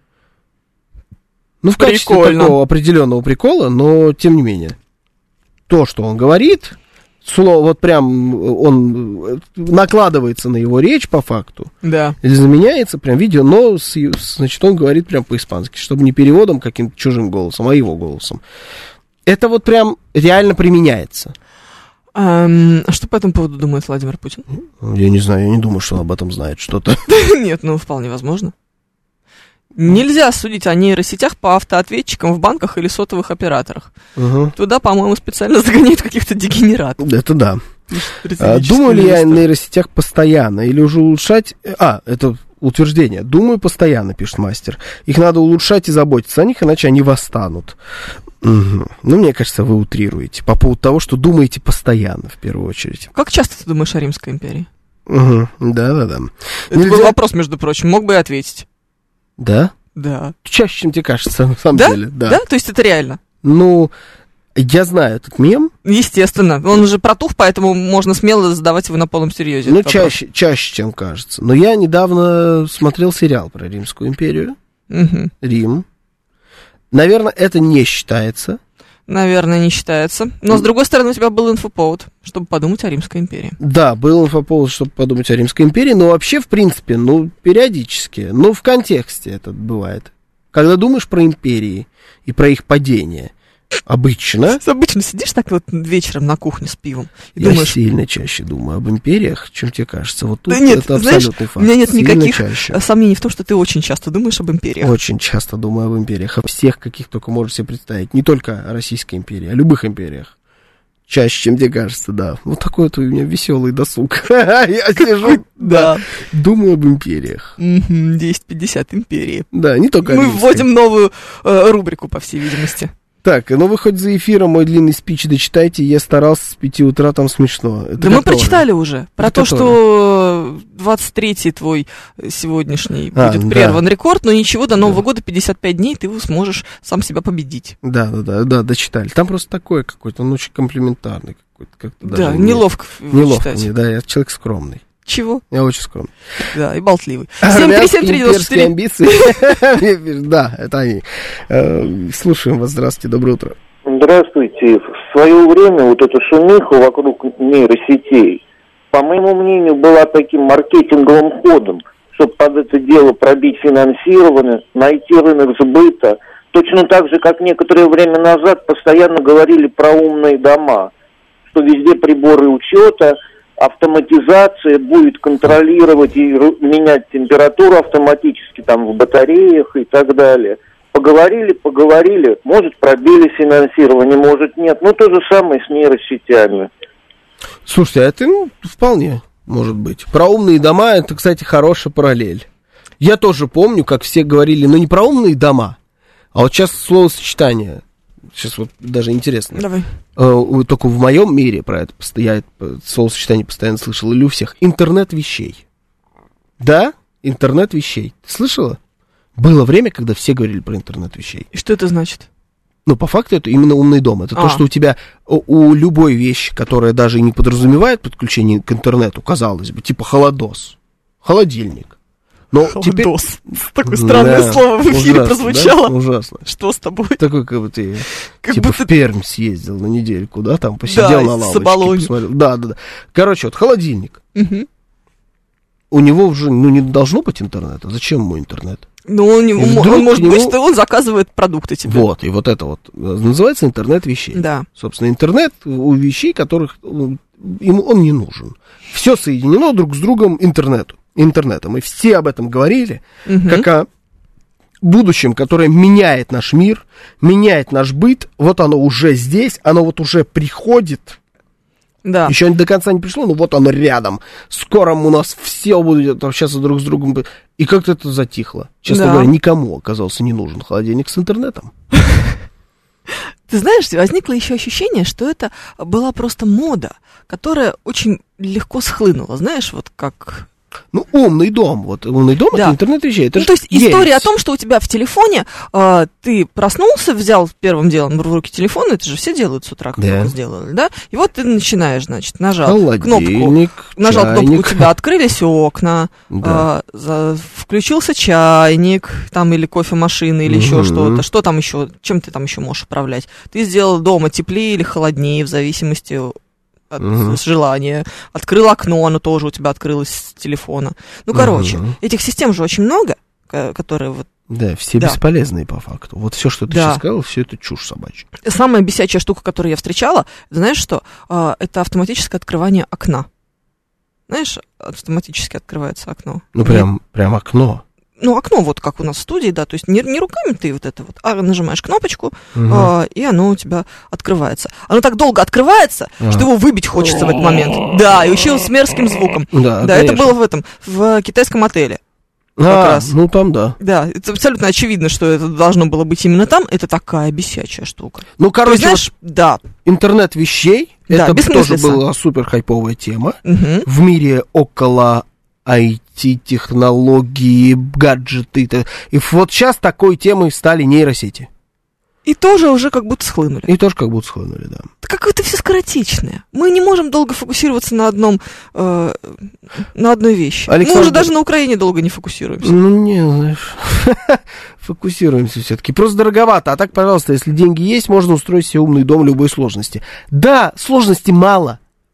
Ну, в качестве Прикольно. такого определенного прикола, но тем не менее. То, что он говорит, слово, вот прям он накладывается на его речь по факту. Да. Или заменяется прям видео, но, с, значит, он говорит прям по-испански, чтобы не переводом каким-то чужим голосом, а его голосом. Это вот прям реально применяется. Um, а что по этому поводу думает Владимир Путин? Я не знаю, я не думаю, что он об этом знает что-то. Нет, ну, вполне возможно. Нельзя судить о нейросетях по автоответчикам в банках или сотовых операторах. Угу. Туда, по-моему, специально загоняют каких-то дегенератов. Это да. А, думаю ли я о нейросетях постоянно или уже улучшать... А, это утверждение. Думаю, постоянно, пишет мастер. Их надо улучшать и заботиться о них, иначе они восстанут. Угу. Ну, мне кажется, вы утрируете по поводу того, что думаете постоянно, в первую очередь. Как часто ты думаешь о Римской империи? Угу. Да-да-да. Это Нельзя... был вопрос, между прочим. Мог бы и ответить. Да? Да. Чаще, чем тебе кажется, на самом да? деле. Да? Да? То есть это реально? Ну, я знаю этот мем. Естественно. Он уже протух, поэтому можно смело задавать его на полном серьезе. Ну, чаще, чаще, чем кажется. Но я недавно смотрел сериал про Римскую империю. Угу. Рим. Наверное, это не считается. Наверное, не считается. Но, с другой стороны, у тебя был инфоповод, чтобы подумать о Римской империи. Да, был инфоповод, чтобы подумать о Римской империи, но вообще, в принципе, ну, периодически, ну, в контексте это бывает. Когда думаешь про империи и про их падение, обычно... Обычно сидишь так вот вечером на кухне с пивом и я думаешь... сильно чаще думаю об империях, чем тебе кажется. Вот тут да нет, это знаешь, абсолютный факт. У меня нет сильно никаких чаще. сомнений в том, что ты очень часто думаешь об империях. Очень часто думаю об империях, о всех, каких только можешь себе представить. Не только о Российской империи, о любых империях. Чаще, чем тебе кажется, да. Вот такой вот у меня веселый досуг. Я сижу, да, думаю об империях. десять пятьдесят империи. Да, не только Мы вводим новую рубрику, по всей видимости. Так, ну вы хоть за эфиром мой длинный спич дочитайте, я старался с пяти утра, там смешно. Это да который? Мы прочитали уже, про это то, который? Что двадцать третий твой сегодняшний а, будет прерван да. рекорд, но ничего, до Нового да. года пятьдесят пять дней ты сможешь сам себя победить. Да, да, да, да, дочитали. Там просто такое какой-то, он очень комплиментарный какой-то. Как-то да, даже неловко Неловко мне, да, я человек скромный. Чего? Я очень скромный. Да, и болтливый. семь три семь три девяносто четыре амбиции. Да, это они. Слушаем вас. Здравствуйте, доброе утро. Здравствуйте. В свое время вот эта шумиха вокруг нейросетей, по моему мнению, была таким маркетинговым ходом, чтобы под это дело пробить финансирование, найти рынок сбыта. Точно так же, как некоторое время назад постоянно говорили про умные дома, что везде приборы учета, автоматизация будет контролировать и менять температуру автоматически там в батареях и так далее. Поговорили, поговорили, может пробили финансирование, может нет. Ну, то же самое с нейросетями. Слушайте, а это ну, вполне может быть. Про умные дома, это, кстати, хорошая параллель. Я тоже помню, как все говорили, ну, не про умные дома, а вот сейчас словосочетание. Сейчас вот даже интересно. Давай. Uh, только в моем мире про это, я это словосочетание постоянно слышал, или у всех. Интернет вещей. Да, интернет вещей. Ты слышала? Было время, когда все говорили про интернет вещей. И что это значит? Ну, по факту, это именно умный дом. Это а. то, что у тебя у, у любой вещи, которая даже не подразумевает подключение к интернету, казалось бы, типа холодос, холодильник. Но холодос. Теперь... Такое странное да, слово в эфире ужасно, прозвучало. Да? Ужасно. Что с тобой? Такой, как бы ты как типа будто... в Пермь съездил на недельку, да, там посидел да, на лавочке, посмотрел. Да, да, да. Короче, вот холодильник. Угу. У него уже, ну, не должно быть интернета. Зачем ему интернет? Ну, он, он, он может него... быть, что он заказывает продукты тебе. Вот, и вот это вот называется интернет вещей. Да. Собственно, интернет у вещей, которых ему он не нужен. Все соединено друг с другом интернету. интернетом. И все об этом говорили, угу. как о будущем, которое меняет наш мир, меняет наш быт. Вот оно уже здесь, оно вот уже приходит. Да. Еще до конца не пришло, но вот оно рядом. Скоро у нас все будут общаться друг с другом. И как-то это затихло. Честно да. говоря, никому оказался не нужен холодильник с интернетом. Ты знаешь, возникло еще ощущение, что это была просто мода, которая очень легко схлынула. Знаешь, вот как... Ну, умный дом. Вот умный дом да. это интернет вещей. Это ну, то есть есть. История о том, что у тебя в телефоне э, ты проснулся, взял первым делом в руки телефон, это же все делают с утра, как да. сделали, да? И вот ты начинаешь, значит, нажал кнопку, нажал чайник. Кнопку, у тебя открылись окна, да. э, за, включился чайник, там или кофемашина, или угу. еще что-то. Что там еще, чем ты там еще можешь управлять? Ты сделал дома теплее или холоднее, в зависимости от угу. желания. Открыл окно, оно тоже у тебя открылось с телефона. Ну, короче, угу. этих систем же очень много, которые вот... Да, все да. бесполезные по факту. Вот все, что ты да. сейчас сказал, все это чушь собачья. Самая бесячая штука, которую я встречала, знаешь что? Это автоматическое открывание окна. Знаешь, автоматически открывается окно. Ну, прям, и... прям окно. Ну, окно вот как у нас в студии, да, то есть не, не руками ты вот это вот, а нажимаешь кнопочку, угу. а, и оно у тебя открывается. Оно так долго открывается, а. что его выбить хочется в этот момент. Да, и еще с мерзким звуком. Да, да это было в этом, в китайском отеле. А, как раз. Ну там да. Да, это абсолютно очевидно, что это должно было быть именно там. Это такая бесячая штука. Ну, короче, есть, знаешь, вот да. интернет вещей, да, это тоже была супер хайповая тема. Угу. В мире около ай ти-технологии, гаджеты. И вот сейчас такой темой стали нейросети. И тоже уже как будто схлынули. И тоже как будто схлынули, да. Какое-то все скоротечное. Мы не можем долго фокусироваться на одном, э, на одной вещи. Александр... Мы уже даже на Украине долго не фокусируемся. Ну, не, знаешь, фокусируемся все-таки. Просто дороговато. А так, пожалуйста, если деньги есть, можно устроить себе умный дом любой сложности. Да, сложности мало.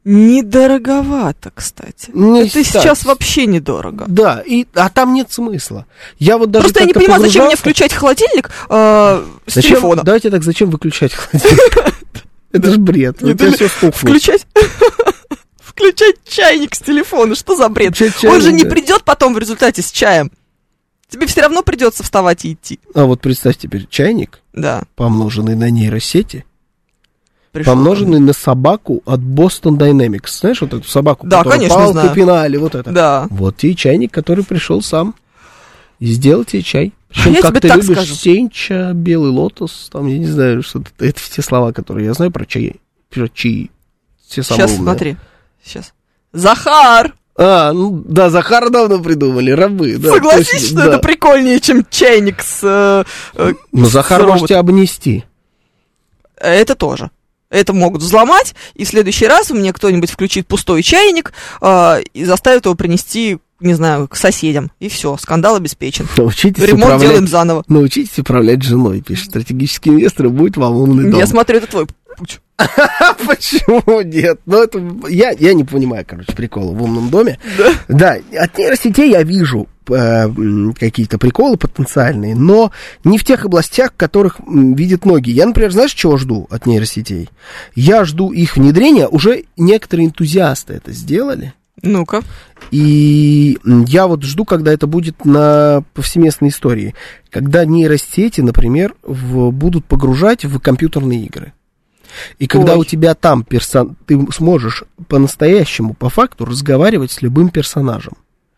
Недороговато, кстати. Не это кстати. Сейчас вообще недорого. Да, и, а там нет смысла. Я вот даже Просто я не понимаю, погружался... зачем мне включать холодильник э, с зачем, телефона. Давайте так, зачем выключать холодильник? Это же бред. Включать... Включать чайник с телефона, что за бред? Он же не придет потом в результате с чаем. Тебе все равно придется вставать и идти. А вот представь теперь чайник, да. помноженный на нейросети, пришел помноженный на собаку от Boston Dynamics. Знаешь, вот эту собаку, да, которая палку пинали, вот это. Да. Вот тебе чайник, который пришел сам и сделал тебе чай. Причем, я как тебе ты так любишь, скажу. сенча, белый лотос, там, я не знаю, что это, это все слова, которые я знаю про чаи. Про чаи. Все самые Сейчас, умные. смотри. Сейчас. Захар! А, ну да, Захара давно придумали, рабы. Да, согласись, точно, что да. это прикольнее, чем чайник с... Э, э, Но Захар робот. может тебя обнести. Это тоже. Это могут взломать, и в следующий раз мне кто-нибудь включит пустой чайник э, и заставит его принести, не знаю, к соседям. И все, скандал обеспечен. Научитесь Ремонт управлять, делаем заново. Научитесь управлять женой, пишет. Стратегический инвестор будет вам умный дом. Я смотрю, это твой путь. Почему нет? Ну, это я, я не понимаю, короче, прикола в умном доме. Да? Да, от нейросетей я вижу э, какие-то приколы потенциальные, но не в тех областях, в которых м, видят многие. Я, например, знаешь, чего жду от нейросетей? Я жду их внедрения, уже некоторые энтузиасты это сделали. Ну-ка. И я вот жду, когда это будет на повсеместной истории. Когда нейросети, например, в, будут погружать в компьютерные игры. И когда Ой. у тебя там персон... ты сможешь по-настоящему, по факту, разговаривать с любым персонажем.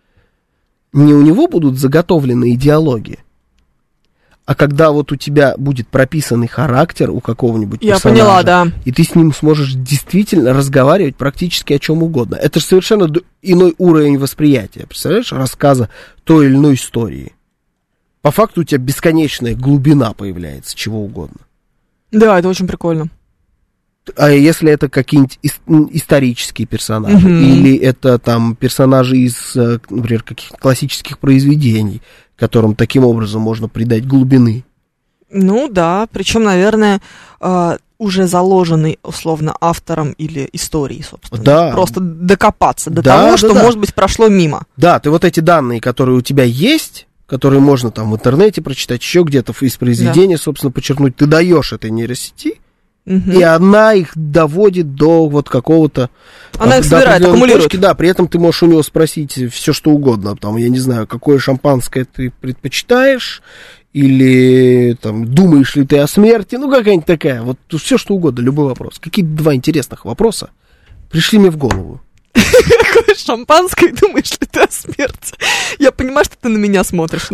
Не у него будут заготовленные диалоги, а когда вот у тебя будет прописанный характер у какого-нибудь Я персонажа, поняла, да. и ты с ним сможешь действительно разговаривать практически о чем угодно. Это же совершенно иной уровень восприятия, представляешь, рассказа той или иной истории. По факту у тебя бесконечная глубина появляется, чего угодно. Да, это очень прикольно. А если это какие-нибудь исторические персонажи, mm-hmm. или это там персонажи из, например, каких-то классических произведений, которым таким образом можно придать глубины? Ну да, причем, наверное, уже заложенный условно автором или историей, собственно. Да. Просто докопаться до да, того, да, что, да. может быть, прошло мимо. Да, ты вот эти данные, которые у тебя есть, которые можно там в интернете прочитать, еще где-то из произведения, да. собственно, подчеркнуть, ты даешь этой нейросети, угу. и она их доводит до вот какого-то... Она их собирает, аккумулирует. Точки, да, при этом ты можешь у него спросить все, что угодно. Там, я не знаю, какое шампанское ты предпочитаешь, или там, думаешь ли ты о смерти, ну, какая-нибудь такая. Вот все, что угодно, любой вопрос. Какие-то два интересных вопроса пришли мне в голову. Какое шампанское, думаешь ли ты о смерти? Я понимаю, что ты на меня смотришь.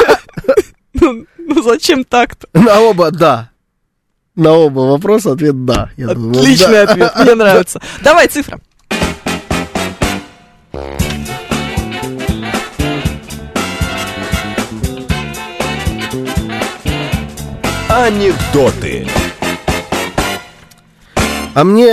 Ну, зачем так-то? На оба, да. На оба вопроса ответ «да». Я Отличный думаю, да. ответ, мне нравится. Давай цифра. Анекдоты. А мне,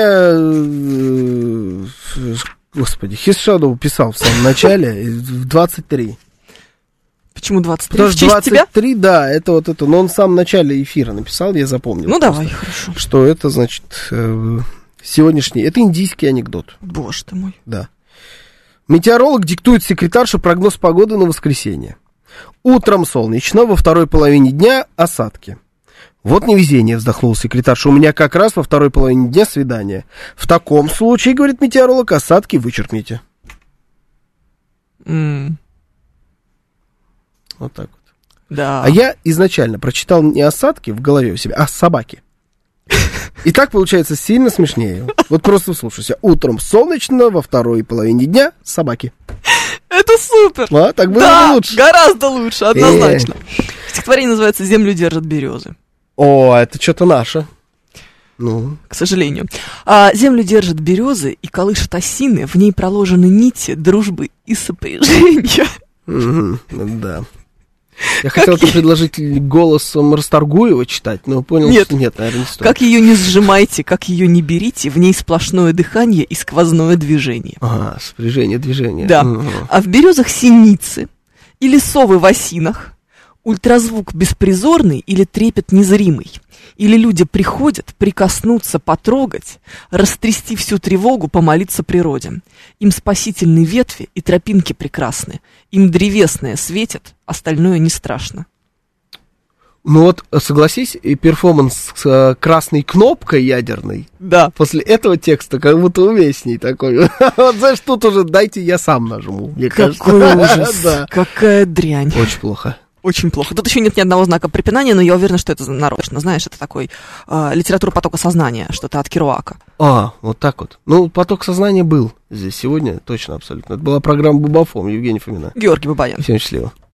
господи, Хисшадов писал в самом начале в двадцать три. Почему двадцать три? Потому в что честь двадцать три, тебя? Да, это вот это. Но он в самом начале эфира написал, я запомнил. Ну, просто, давай, хорошо. Что это, значит, сегодняшний... Это индийский анекдот. Боже ты мой. Да. Метеоролог диктует секретарше прогноз погоды на воскресенье. Утром солнечно, во второй половине дня осадки. Вот невезение, вздохнул секретарша. У меня как раз во второй половине дня свидание. В таком случае, говорит метеоролог, осадки вычеркните. Mm. Вот так вот. Да. А я изначально прочитал не осадки в голове у себя, а собаки. И так получается сильно смешнее. Вот просто слушайся. Утром солнечно, во второй половине дня собаки. Это супер! А, так было да, бы лучше. Гораздо лучше, однозначно. Э-э. Стихотворение называется «Землю держат березы». О, это что-то наше. Ну. К сожалению. А, землю держат березы и колышут осины, в ней проложены нити дружбы и сопряжения. Mm-hmm, да. Я как хотел это я... предложить голосом Расторгуева читать, но понял, нет. что нет, наверное, не стоит. Как ее не сжимайте, как ее не берите, в ней сплошное дыхание и сквозное движение. Ага, сопряжение, движение. Да. Угу. А в березах синицы или совы в осинах, ультразвук беспризорный или трепет незримый. Или люди приходят прикоснуться, потрогать, растрясти всю тревогу, помолиться природе. Им спасительные ветви и тропинки прекрасны. Им древесное светит, остальное не страшно. Ну вот, согласись, и перформанс с э, красной кнопкой ядерной. Да. После этого текста как будто уместней такой. Вот знаешь, тут уже дайте я сам нажму. Мне Какой кажется. ужас, да. Какая дрянь. Очень плохо. Очень плохо. Тут еще нет ни одного знака препинания, но я уверена, что это нарочно. Знаешь, это такой э, литература потока сознания, что-то от Керуака. А, вот так вот. Ну, поток сознания был здесь сегодня, точно, абсолютно. Это была программа «Бубафом», Евгений Фомина. Георгий Бабаян. Всем счастливо.